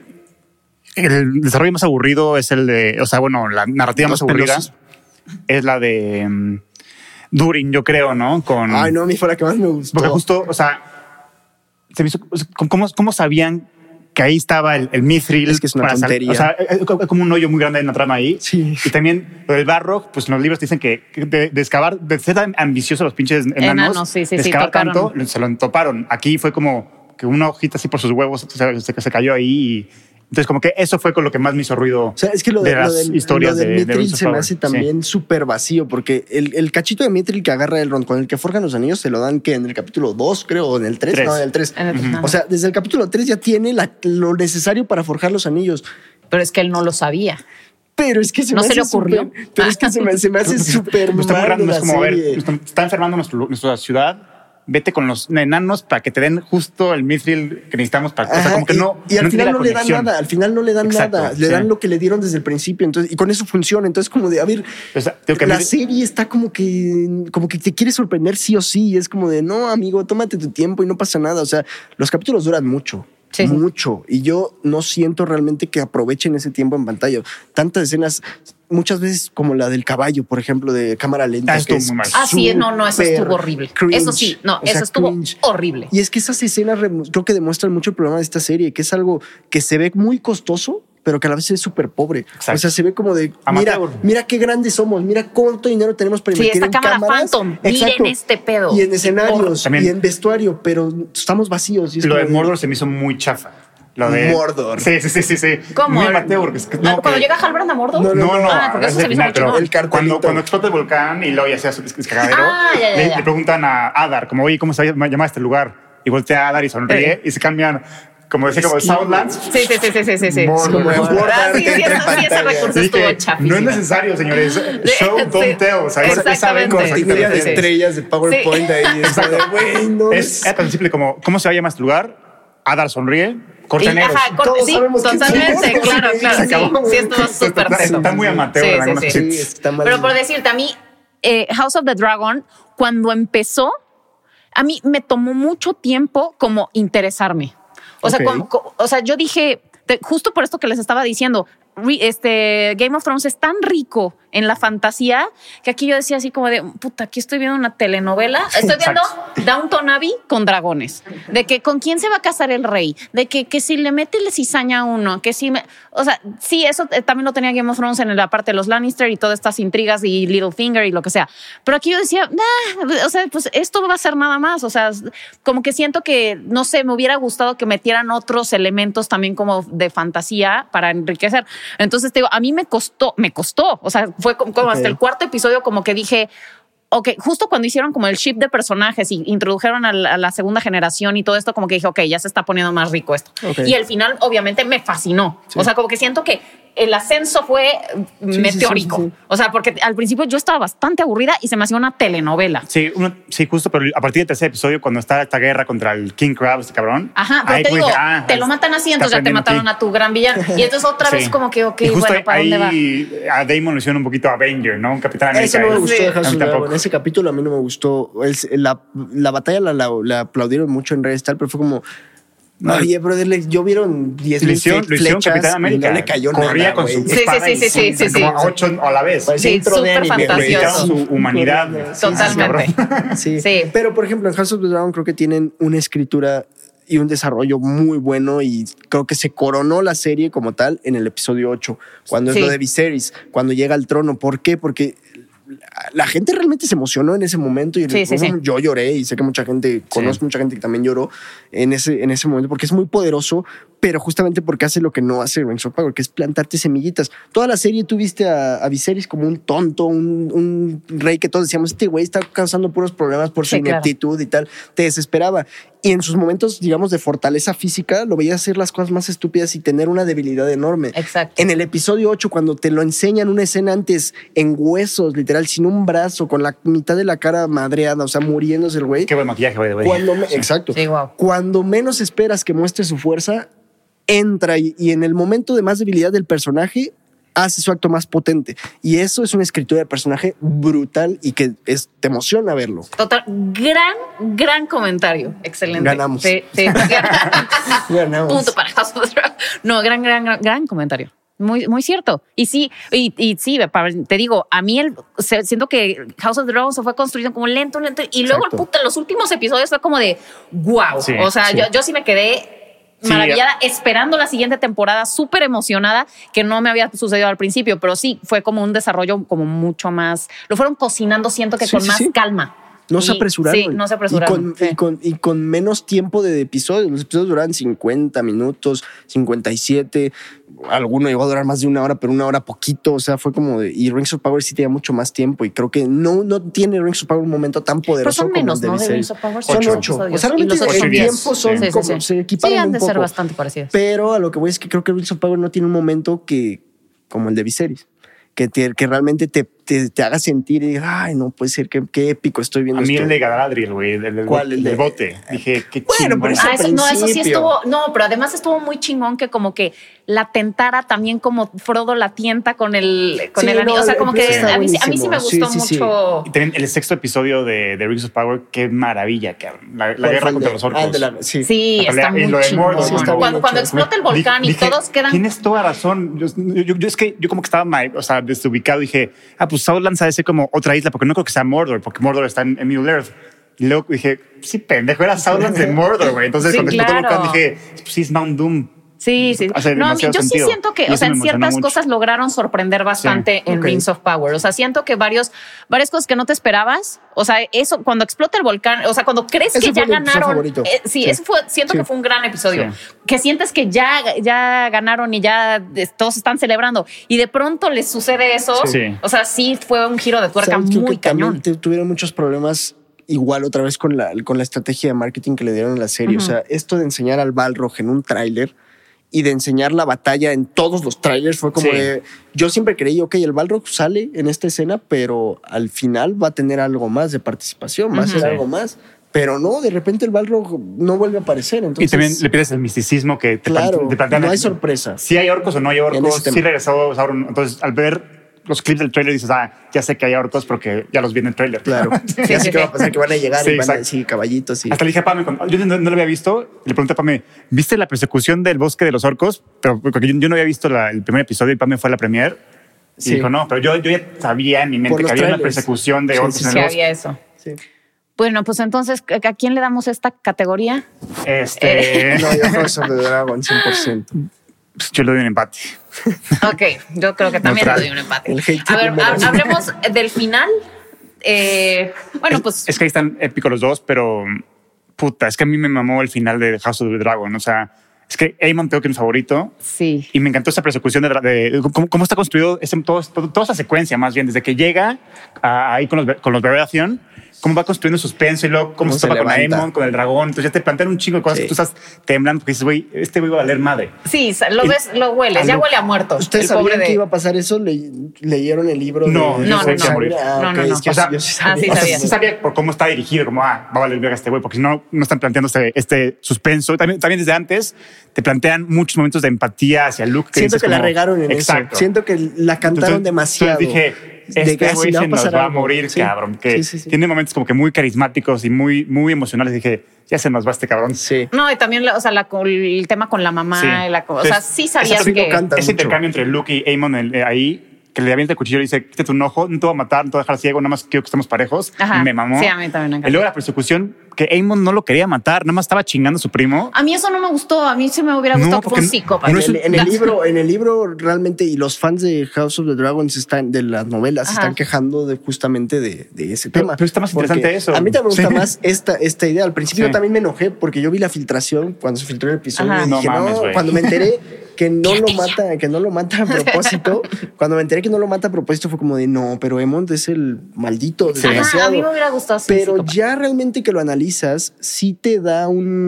el desarrollo más aburrido es el de, la narrativa más aburrida es la de Durin, yo creo, ¿no? Ay, no, a mí fue la que más me gustó. Porque justo, se me hizo, ¿cómo sabían que ahí estaba el Mithril? Es que es una tontería. Es como un hoyo muy grande en la trama ahí. Sí. Y también lo del Balrog, pues en los libros dicen que de excavar, de ser tan ambiciosos los pinches enanos, sí, de excavar tanto, se lo entoparon. Aquí fue como que una hojita así por sus huevos se cayó ahí y... Entonces, como que eso fue con lo que más me hizo ruido. O sea, es que lo de las historias de Mithril se me hace también súper vacío, porque el cachito de Mithril que agarra Elrond con el que forjan los anillos se lo dan que en el capítulo 2, creo, o en el 3. No, en el 3. O sea, desde el capítulo 3 ya tiene lo necesario para forjar los anillos. Pero es que él no lo sabía. Pero es que no se le ocurrió. Pero es que se me hace súper mal. Está muy raro, es como, a ver, está enfermando nuestra ciudad. Vete con los enanos para que te den justo el mithril que necesitamos para... o sea, como que y al final no le dan nada. Al final no le dan nada. Le dan lo que le dieron desde el principio. Entonces, y con eso funciona. Entonces, como de, a ver, o sea, la serie está como que te quiere sorprender sí o sí. Y es como de, no, amigo, tómate tu tiempo y no pasa nada. O sea, los capítulos duran mucho. Sí. Mucho. Y yo no siento realmente que aprovechen ese tiempo en pantalla. Tantas escenas, muchas veces como la del caballo, por ejemplo, de cámara lenta. Estuvo muy mal. Sí, no, eso estuvo horrible. Cringe. Eso sí, eso estuvo horrible. Y es que esas escenas creo que demuestran mucho el problema de esta serie, que es algo que se ve muy costoso, pero que a la vez es súper pobre. Exacto. O sea, se ve como de, mira qué grandes somos, mira cuánto dinero tenemos para invertir en cámaras. Cámara Phantom, miren este pedo. Y en escenarios, y en vestuario, pero estamos vacíos. Y lo de Mordor se me hizo muy chafa. Lo de Mordor. Sí. ¿Cómo? Muy amateur. ¿Cuando llega Halbrand a Mordor? No. Porque eso se me hizo muy pero el cuando explota el volcán y luego ya sea su cagadero, le preguntan a Adar, como, oye, ¿cómo se llama este lugar? Y voltea a Adar y sonríe y se cambian... Como decía, como Southlands. Sí. Ese recurso estuvo chafísimo. No es necesario, señores. Show, don't tell. O sea, saben cómo se de estrellas de PowerPoint ahí. Exacto. Es al principio como, ¿cómo se llama este lugar? Adar sonríe. Corteneros. Sí, totalmente. Claro. Sí, estuvo súper teto. Está muy amateur. Sí, está mal. Pero por decirte, a mí, House of the Dragon, cuando empezó, a mí me tomó mucho tiempo como interesarme. O sea, yo dije, justo por esto que les estaba diciendo, Game of Thrones es tan rico en la fantasía que aquí yo decía así como de, puta, aquí estoy viendo una telenovela. Estoy viendo Downton Abbey con dragones. De que con quién se va a casar el rey. De que si le mete la cizaña a uno. Que si o sea, sí, eso también lo tenía Game of Thrones en la parte de los Lannister y todas estas intrigas y Littlefinger y lo que sea. Pero aquí yo decía, o sea, pues esto va a ser nada más. O sea, como que siento que, no sé, me hubiera gustado que metieran otros elementos también como de fantasía para enriquecer. Entonces, te digo, a mí me costó. O sea, fue como hasta el cuarto episodio como que dije, ok, justo cuando hicieron como el ship de personajes y introdujeron a la segunda generación y todo esto, como que dije, ok, ya se está poniendo más rico esto. Y el final obviamente me fascinó. Sí. O sea, como que siento que el ascenso fue meteórico. Sí. O sea, porque al principio yo estaba bastante aburrida y se me hacía una telenovela. Sí, justo, pero a partir del tercer episodio, cuando está esta guerra contra el King Crab, este cabrón. Ajá, pero te digo, te lo matan así, entonces ya te mataron a tu gran villano. Y entonces otra vez como que, ok, bueno, ¿para dónde va? A Damon lo hicieron un poquito Avenger, ¿no? Un Capitán América. Eso no me gustó. En ese capítulo a mí no me gustó. La batalla la aplaudieron mucho en redes tal, pero fue como... Oye, brother, yo vieron 10,000 flechas Capitán América. Y no le cayó Corría nada, con su espada sí. Como a 8 a la vez. Sí, súper fantasioso. Su humanidad. Totalmente. Sí. Pero, por ejemplo, en House of the Dragon creo que tienen una escritura y un desarrollo muy bueno y creo que se coronó la serie como tal en el episodio 8, cuando es lo de Viserys, cuando llega al trono. ¿Por qué? Porque la gente realmente se emocionó en ese momento y yo lloré y sé que mucha gente, conozco mucha gente que también lloró en ese momento porque es muy poderoso, pero justamente porque hace lo que no hace Rings of Power, que es plantarte semillitas. Toda la serie tú viste a Viserys como un tonto, un rey que todos decíamos, este güey está causando puros problemas por su ineptitud y tal, te desesperaba. Y en sus momentos, digamos, de fortaleza física, lo veías hacer las cosas más estúpidas y tener una debilidad enorme. Exacto. En el episodio 8, cuando te lo enseñan una escena antes en huesos, literal, sin un brazo, con la mitad de la cara madreada, o sea, muriéndose el güey. Qué buen maquillaje, güey. Exacto. Sí, wow. Cuando menos esperas que muestre su fuerza, entra y en el momento de más debilidad del personaje hace su acto más potente. Y eso es una escritura de personaje brutal y que te emociona verlo. Total, gran comentario. Excelente. Ganamos. Sí. Ganamos. Punto para House of the Dragon. No, gran comentario. Muy cierto. Y sí, te digo, a mí siento que House of the Dragon se fue construyendo como lento y luego los últimos episodios fue como de wow. Sí, o sea, yo sí me quedé maravillada, esperando la siguiente temporada, súper emocionada, que no me había sucedido al principio, pero sí, fue como un desarrollo como mucho más, lo fueron cocinando, siento que con más calma. No se apresuraron. Sí, no se apresuraron. Y con menos tiempo de episodios. Los episodios duraban 50 minutos, 57. Alguno llegó a durar más de una hora, pero una hora poquito. O sea, fue como de... Y Rings of Power sí tenía mucho más tiempo. Y creo que no tiene Rings of Power un momento tan poderoso como menos, ¿no? De Rings of Power son 8. O sea, realmente en tiempo son como... Se equiparan han un de poco. ser bastante parecidos. Pero a lo que voy es que creo que Rings of Power no tiene un momento como el de Viserys. Que realmente te haga sentir y ay, no puede ser, qué épico estoy viendo. A mí esto. el de Galadriel, güey, ¿Cuál? El del bote. Dije, qué bueno, chingón. pero eso sí estuvo, pero además estuvo muy chingón que como que la tentara también como Frodo la tienta con el anillo. O sea, como que a mí sí me gustó mucho. Y también el sexto episodio de Rings of Power, qué maravilla, cabrón. La guerra contra los orcos. Sí, está muy chingón. Cuando explota el volcán y todos quedan... Tienes toda razón. Yo como que estaba desubicado. Dije, pues Sauron lanza ese como otra isla, porque no creo que sea Mordor, porque Mordor está en Middle Earth. Y luego dije, sí, pendejo, era Sauron de Mordor, güey. Entonces, cuando explotó el volcán, dije, pues sí, es Mount Doom. Sí. No, yo sí siento que, o sea, en ciertas cosas lograron sorprender bastante en Rings of Power. O sea, siento que varias cosas que no te esperabas. O sea, eso, cuando explota el volcán, o sea, cuando crees que ya ganaron. Siento que fue un gran episodio. Sí. Que sientes que ya ganaron y ya todos están celebrando. Y de pronto les sucede eso. Sí. O sea, sí fue un giro de tuerca muy cañón. Tuvieron muchos problemas. Igual otra vez con la estrategia de marketing que le dieron a la serie. O sea, esto de enseñar al Balrog en un tráiler y de enseñar la batalla en todos los trailers fue como de... Yo siempre creí, el Balrog sale en esta escena, pero al final va a tener algo más de participación, va a ser algo más. Pero no, de repente el Balrog no vuelve a aparecer. Entonces, y también le pides el misticismo que te plantean. No hay sorpresa. Si hay orcos o no hay orcos, si regresó Sauron. Entonces, al ver los clips del trailer dices, ya sé que hay orcos porque ya los vi en el trailer. Claro. Ya sé que va a pasar, que van a llegar y van a decir caballitos. Hasta le dije a Pame, yo no lo había visto, le pregunté a Pame, ¿viste la persecución del bosque de los orcos? Pero porque yo no había visto el primer episodio y Pame fue a la premiere. Y dijo, no, pero yo ya sabía en mi mente que había una persecución de orcos en el bosque. Había eso. Sí. Bueno, pues entonces, ¿a quién le damos esta categoría? No, yo House of the Dragon, 100%. Yo le doy un empate. Ok, yo creo que también le doy un empate. A ver, hablemos del final. Bueno, pues... Es que ahí están épicos los dos, pero... Puta, es que a mí me mamó el final de House of the Dragon. O sea, es que Aemon creo que es mi favorito. Sí. Y me encantó esa persecución de cómo está construido toda esa secuencia, más bien, desde que llega ahí con los Baratheon, cómo va construyendo suspenso y luego cómo se topa con Aemon, con el dragón. Entonces ya te plantean un chingo de cosas que tú estás temblando porque dices, güey, este güey va a valer madre. Sí, ves, lo hueles, ya huele a muerto. ¿Ustedes sabían que iba a pasar eso? ¿Leyeron el libro? No. No. O sea, sí sabía por cómo está dirigido, como, va a valer verga este güey, porque si no están planteando este suspenso. También desde antes te plantean muchos momentos de empatía hacia Luke. Siento que la regaron en eso. Siento que la cantaron demasiado. Entonces dije, este güey se nos va a morir, cabrón. Que tiene momentos como que muy carismáticos y muy, muy emocionales. Dije, ya se nos va este cabrón. Sí. No, y también, o sea, el tema con la mamá. O sea, sí sabías que... Ese intercambio entre Luke y Aemon ahí, que le avienta el cuchillo y dice, quítate un ojo, no te voy a matar, no te voy a dejar ciego, nada más quiero que estemos parejos. Ajá. Me mamó. Sí, a mí también me encantó. Y luego la persecución, que Aemon no lo quería matar, nada más estaba chingando a su primo. A mí eso no me gustó, a mí sí me hubiera gustado que fue un psicópata. En el libro realmente, y los fans de House of the Dragons de las novelas se están quejando justamente de ese tema. Pero está más interesante eso. A mí también me gusta más esta idea. Al principio yo también me enojé porque yo vi la filtración cuando se filtró el episodio. Y dije, cuando me enteré que no lo mata a propósito, cuando me enteré que no lo mata a propósito fue como de no, pero Aemon es el maldito desgraciado. A mí me hubiera gustado. Pero ya realmente que lo analizas, sí te da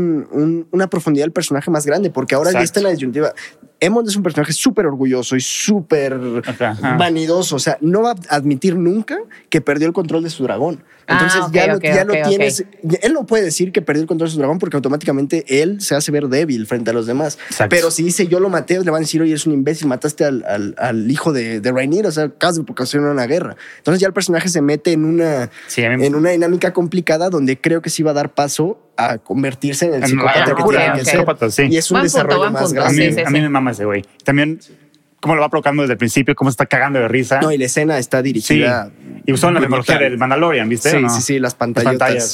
una profundidad del personaje más grande, porque ahora ya está en la disyuntiva. Aemon es un personaje súper orgulloso y súper vanidoso. O sea, no va a admitir nunca que perdió el control de su dragón. Entonces ya lo tienes. Él no puede decir que perdió el control de su dragón porque automáticamente él se hace ver débil frente a los demás. Exacto. Pero si dice yo lo maté, le van a decir, oye, eres un imbécil, mataste al hijo de Rhaenyra. O sea, acabas de ocasionar una guerra. Entonces ya el personaje se mete en una dinámica complicada donde creo que sí va a dar paso a convertirse en el psicópata que tiene que ser. Y es un desarrollo más grande. A mí me mama ese güey. También cómo lo va provocando desde el principio, cómo se está cagando de risa. No, y la escena está dirigida. Sí. Y usaron la tecnología del Mandalorian, ¿viste? Sí, las pantallas.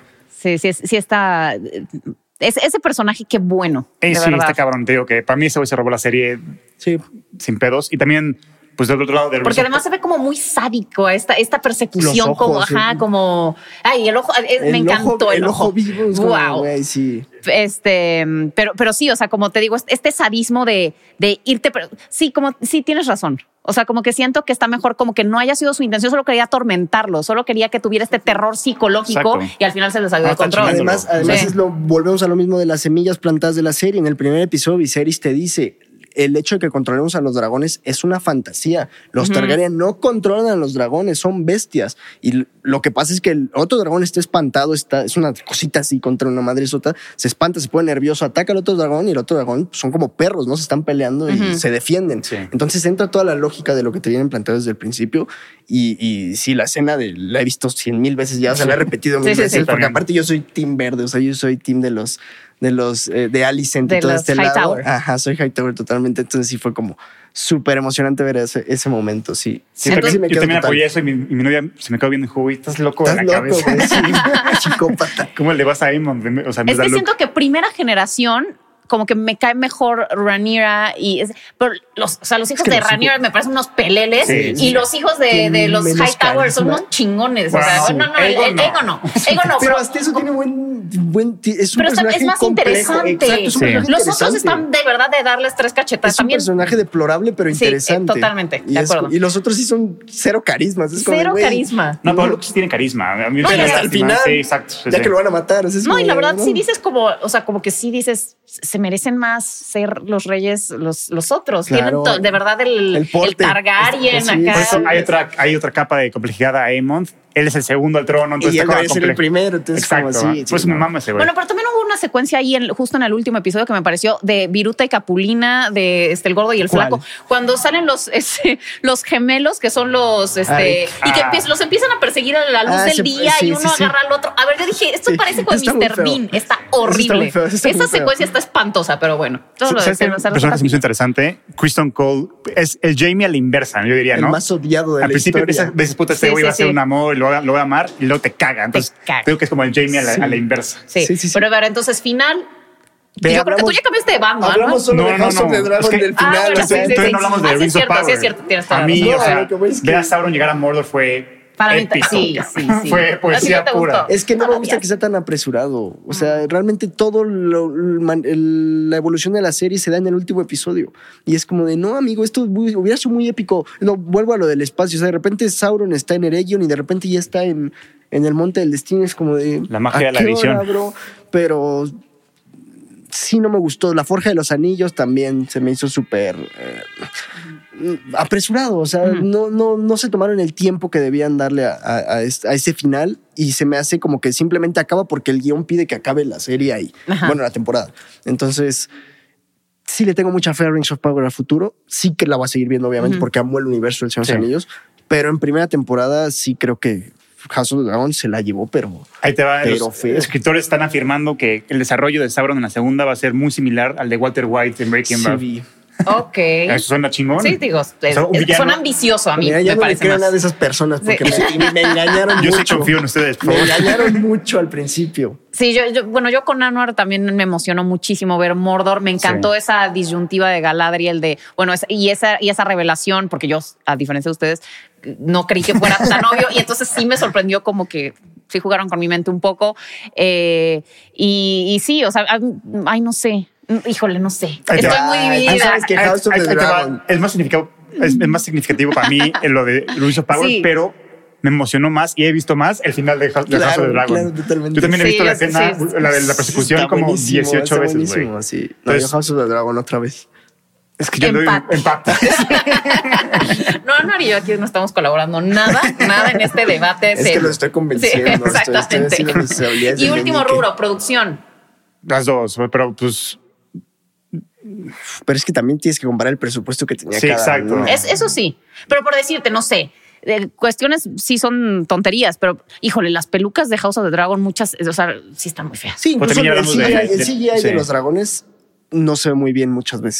Sí está... Ese personaje, qué bueno. Sí, está cabrón. Te digo que para mí ese güey se robó la serie sin pedos. Y también pues del otro lado del porque además se ve como muy sádico esta persecución, ojos, como, como, ay, el ojo, me encantó el ojo vivo. Es wow. Como, güey, sí. Pero sí, o sea, como te digo, este sadismo de irte, pero sí, como sí tienes razón. O sea, como que siento que está mejor, como que no haya sido su intención, solo quería atormentarlo, solo quería que tuviera este terror psicológico. Exacto. Y al final se le salió de control. Además sí. Volvemos a lo mismo de las semillas plantadas de la serie. En el primer episodio, Viserys te dice: el hecho de que controlemos a los dragones es una fantasía. Los Targaryen no controlan a los dragones, son bestias. Y lo que pasa es que el otro dragón está espantado, es una cosita así contra una madre sota, se espanta, se pone nervioso, ataca al otro dragón y el otro dragón son como perros, ¿no? Se están peleando y se defienden. Sí. Entonces entra toda la lógica de lo que te vienen planteado desde el principio. Y sí, la escena la he visto 100,000 veces ya, o sea, la he repetido 1000 veces, porque aparte yo soy team verde, o sea, yo soy team de Alicent y todo este lado. Ajá, soy Hightower totalmente. Entonces sí fue como súper emocionante ver ese momento. Sí. Entonces, yo también apoyé eso y mi novia se me quedó viendo y dijo: estás loco de la cabeza. Sí, psicópata. ¿Cómo le vas a Aemon? O sea, es que siento que primera generación como que me cae mejor Rhaenyra pero los hijos de Rhaenyra me parecen unos peleles y los hijos de los Hightower son unos chingones. Bueno, o sea, Aegon no. Pero hasta eso tiene buen es un pero personaje es más complejo. Interesante. Exacto, los otros están de verdad de darles 3 cachetas. Es un personaje deplorable pero interesante. Totalmente, de acuerdo. Y los otros sí son cero carisma. Cero carisma. No, pero sí tienen carisma. A mí hasta el final. Sí, exacto. Ya que lo van a matar. No, y la verdad sí dices como, o sea, como que sí dices, se merecen más ser los reyes los otros. Claro. Tienen de verdad el Targaryen acá. Por eso hay otra capa de complejidad a Aemon. Él es el segundo al trono. Entonces y él debe ser el primero. Entonces exacto. Como, pues me mama ese güey. Bueno, pero también hubo una secuencia ahí justo en el último episodio que me pareció de Viruta y Capulina, de el gordo y el flaco. Cuando salen los gemelos que son los y que los empiezan a perseguir a la luz del día y uno agarra al otro. A ver, yo dije, esto parece con Mr. Bean. Está horrible. Esa secuencia está espantosa, pero bueno. ¿Sabes qué personaje muy interesante? Criston Cole es el Jaime a la inversa, yo diría, ¿no? El más odiado de la historia. Al principio ves, puta, este güey va a ser un amor y lo voy a amar y luego te caga. Entonces, creo que es como el Jaime a la inversa. Sí. Pero a ver, entonces, final. Yo creo que tú ya cambiaste de bando, ¿no? Hablamos solo de House of the Dragon del final. Entonces no hablamos de Rings of Power. Sí, es cierto. Tienes toda a mí, o sea, ver a Sauron llegar a Mordor fue para épico. Sí. Fue poesía pura. Es que no me gusta que sea tan apresurado. O sea, realmente todo la evolución de la serie se da en el último episodio. Y es como de, no, amigo, esto hubiera sido muy épico. No, vuelvo a lo del espacio. O sea, de repente Sauron está en Eregion y de repente ya está en el Monte del Destino. Es como de... La magia de la visión. Bro? Pero... sí, no me gustó. La Forja de los Anillos también se me hizo súper apresurado. O sea, no se tomaron el tiempo que debían darle a ese final y se me hace como que simplemente acaba porque el guión pide que acabe la serie ahí. Bueno, la temporada. Entonces, sí le tengo mucha fe a Rings of Power a futuro. Sí que la voy a seguir viendo, obviamente, porque amo el universo del Señor de los Anillos. Pero en primera temporada sí creo que House of the Dragon se la llevó, pero ahí te va. Los escritores están afirmando que el desarrollo de Sauron en la segunda va a ser muy similar al de Walter White en Breaking Bad. Ok. Eso suena chingón. Sí, digo, son ambiciosos a mí. Mira, ya me no parece le creo más. A una de esas personas porque me engañaron yo mucho. Yo sí confío en ustedes. Me engañaron mucho al principio. Sí, yo con Anwar también me emocionó muchísimo ver Mordor. Me encantó esa disyuntiva de Galadriel y esa revelación, porque yo, a diferencia de ustedes, no creí que fuera tan obvio. Y entonces sí me sorprendió como que sí jugaron con mi mente un poco. Y sí, o sea, ay, no sé. Híjole, no sé. Estoy muy dividida. ¿Sabes que House of the Dragon es más significativo para mí en lo de Rings of Power, pero me emocionó más y he visto más el final de House of the Dragon. Claro, totalmente. Yo también he visto la escena, la de la persecución, como 18 veces, güey. Sí. No, yo House of the Dragon otra vez. Es que yo doy empate. No, Anuar y yo aquí no estamos colaborando nada en este debate. Es que lo estoy convenciendo. Sí, exactamente. Y último rubro, producción. Las dos, pero pues... Pero es que también tienes que comparar el presupuesto que tenía cada exacto. uno. Eso sí. Pero por decirte, no sé, cuestiones sí son tonterías, pero híjole, las pelucas de House of the Dragon, muchas, o sea, sí están muy feas. Sí, incluso el CGI de los dragones no se ve muy bien muchas veces.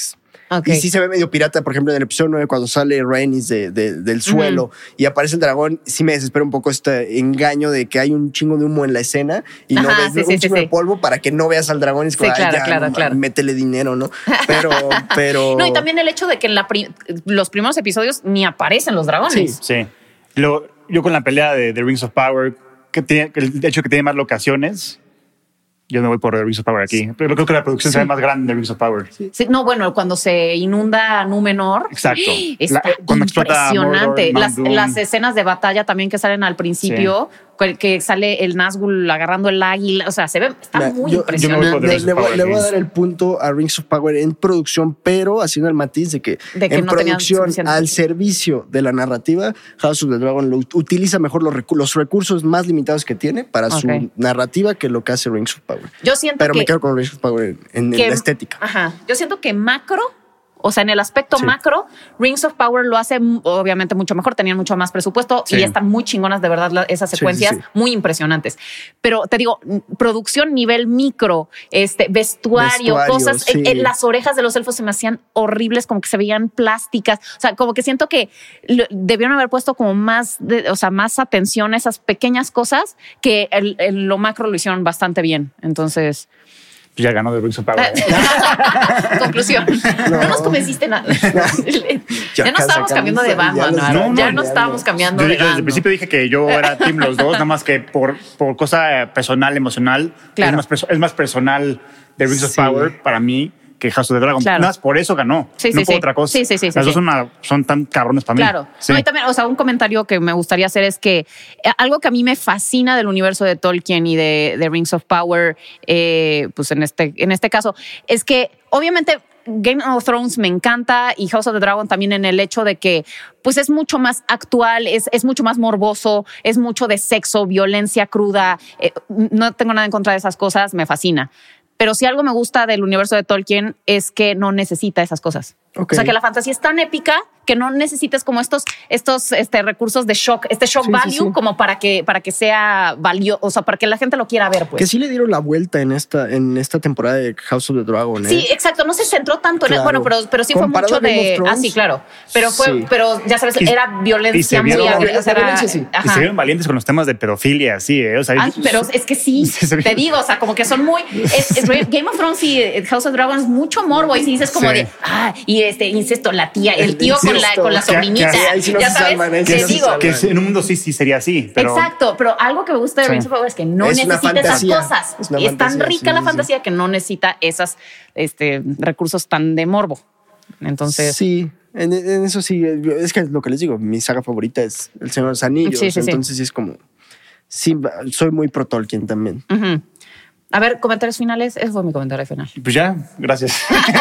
Okay. Y sí se ve medio pirata, por ejemplo, en el episodio 9, cuando sale Rhaenys del suelo y aparece el dragón, sí me desespera un poco este engaño de que hay un chingo de humo en la escena y no ves un chingo de polvo para que no veas al dragón. Y es como, claro. Métele dinero, ¿no? Pero... No, y también el hecho de que en los primeros episodios ni aparecen los dragones. Sí. Yo con la pelea de Rings of Power, el hecho de que tiene más locaciones... Yo me voy por Rings of Power aquí. Pero creo que la producción se ve más grande de Rings of Power. Sí, no, bueno, cuando se inunda Númenor. Exacto. Está impresionante. Las escenas de batalla también que salen al principio, que sale el Nazgûl agarrando el águila. O sea, está muy impresionante. Le voy a dar el punto a Rings of Power en producción, pero haciendo el matiz de que en no producción, al servicio de la narrativa, House of the Dragon utiliza mejor los recursos más limitados que tiene para su narrativa que lo que hace Rings of Power. Yo siento pero me quedo con Rings of Power en la estética. Ajá. Yo siento que macro, o sea, en el aspecto macro, Rings of Power lo hace obviamente mucho mejor, tenían mucho más presupuesto y están muy chingonas de verdad esas secuencias, muy impresionantes. Pero te digo, producción nivel micro, vestuario, cosas, las orejas de los elfos se me hacían horribles, como que se veían plásticas. O sea, como que siento que debieron haber puesto como más atención a esas pequeñas cosas que lo macro lo hicieron bastante bien. Entonces... Ya ganó de Rings of Power. Conclusión. No nos convenciste nada. Ya no estábamos cambiando de banda, ya no estábamos cambiando de banda. Yo desde el principio dije que yo era team los dos, nada más que por cosa personal, emocional. Claro. Es más personal de Rings of Power para mí que House of the Dragon. Nada más por eso ganó. No por otra cosa. Las dos son tan cabrones para mí. Claro. No, y también, o sea, un comentario que me gustaría hacer es que algo que a mí me fascina del universo de Tolkien y de Rings of Power, pues en este caso, es que obviamente Game of Thrones me encanta y House of the Dragon también en el hecho de que pues es mucho más actual, es mucho más morboso, es mucho de sexo, violencia cruda. No tengo nada en contra de esas cosas, me fascina. Pero si algo me gusta del universo de Tolkien es que no necesita esas cosas. O sea, que la fantasía es tan épica que no necesites como estos recursos de shock, shock value como para que sea valioso, o sea, para que la gente lo quiera ver, pues. Que sí le dieron la vuelta en esta temporada de House of the Dragon, ¿eh? Sí, exacto. No se centró tanto en bueno, pero sí fue mucho de... sí, claro. Pero pero ya sabes, era violencia muy... Y se vieron valientes con los temas de pedofilia, sí, ¿eh? O sea, pero es que sí, te digo, o sea, como que son muy... Game of Thrones y House of the Dragon es mucho morbo y si dices como de... y incesto, la tía, el tío con la sobrinita. Ya sabes, te digo. Que en un mundo sí sería así. Pero... Exacto, pero algo que me gusta de Rings of Power es que no necesita esas cosas. Es tan rica la fantasía que no necesita esos recursos tan de morbo. Entonces... Sí, en eso sí. Es que lo que les digo, mi saga favorita es El Señor de los Anillos. Entonces es como... Sí, soy muy pro Tolkien también. A ver, comentarios finales. Ese fue mi comentario final. Pues ya, gracias.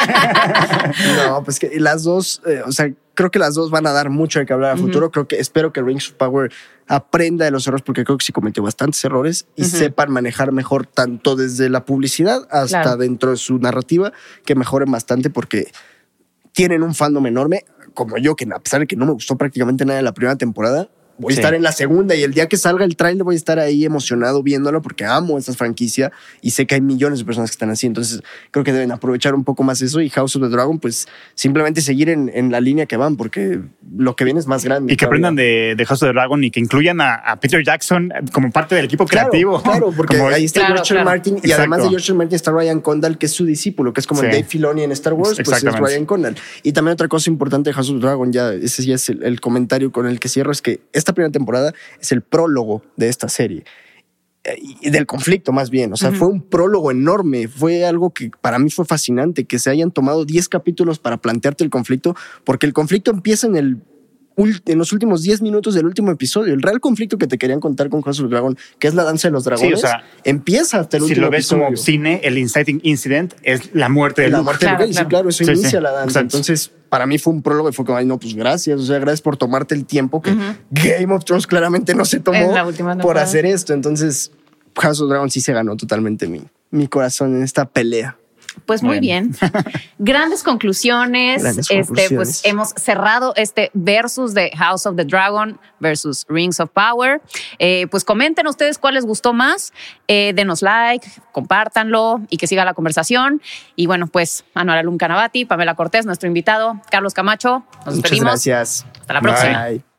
No, pues que las dos, creo que las dos van a dar mucho de que hablar a futuro. Espero que Rings of Power aprenda de los errores, porque creo que sí cometió bastantes errores y sepan manejar mejor tanto desde la publicidad hasta dentro de su narrativa, que mejoren bastante porque tienen un fandom enorme, como yo, que a pesar de que no me gustó prácticamente nada de la primera temporada, voy a estar en la segunda y el día que salga el tráiler voy a estar ahí emocionado viéndolo porque amo esta franquicia y sé que hay millones de personas que están así. Entonces creo que deben aprovechar un poco más eso y House of the Dragon pues simplemente seguir en la línea que van porque lo que viene es más grande. Y que aprendan de House of the Dragon y que incluyan a Peter Jackson como parte del equipo creativo. Claro, porque ahí está George R. Martin y además de George R. Martin está Ryan Condal, que es su discípulo, que es como el Dave Filoni en Star Wars, pues es Ryan Condal. Y también otra cosa importante de House of the Dragon, ese ya es el comentario con el que cierro, es que esta primera temporada es el prólogo de esta serie y del conflicto más bien, o sea, fue un prólogo enorme, fue algo que para mí fue fascinante, que se hayan tomado 10 capítulos para plantearte el conflicto, porque el conflicto empieza en los últimos 10 minutos del último episodio. El real conflicto que te querían contar con House of the Dragon, que es la danza de los dragones, empieza hasta el último episodio. Si lo ves como cine, el inciting incident es la muerte de Luke. Claro, eso inicia la danza. Exacto. Entonces, para mí fue un prólogo y fue como, no, pues gracias. O sea, gracias por tomarte el tiempo que Game of Thrones claramente no se tomó por hacer esto. Entonces, House of the Dragon sí se ganó totalmente mi corazón en esta pelea. Pues muy bien. Grandes conclusiones. Pues hemos cerrado este versus de House of the Dragon versus Rings of Power. Pues comenten ustedes cuál les gustó más. Denos like, compártanlo y que siga la conversación. Y bueno, pues Anwar Alum Canavati, Pamela Cortés, nuestro invitado, Carlos Camacho. Nos despedimos. Muchas gracias. Hasta la próxima. Bye.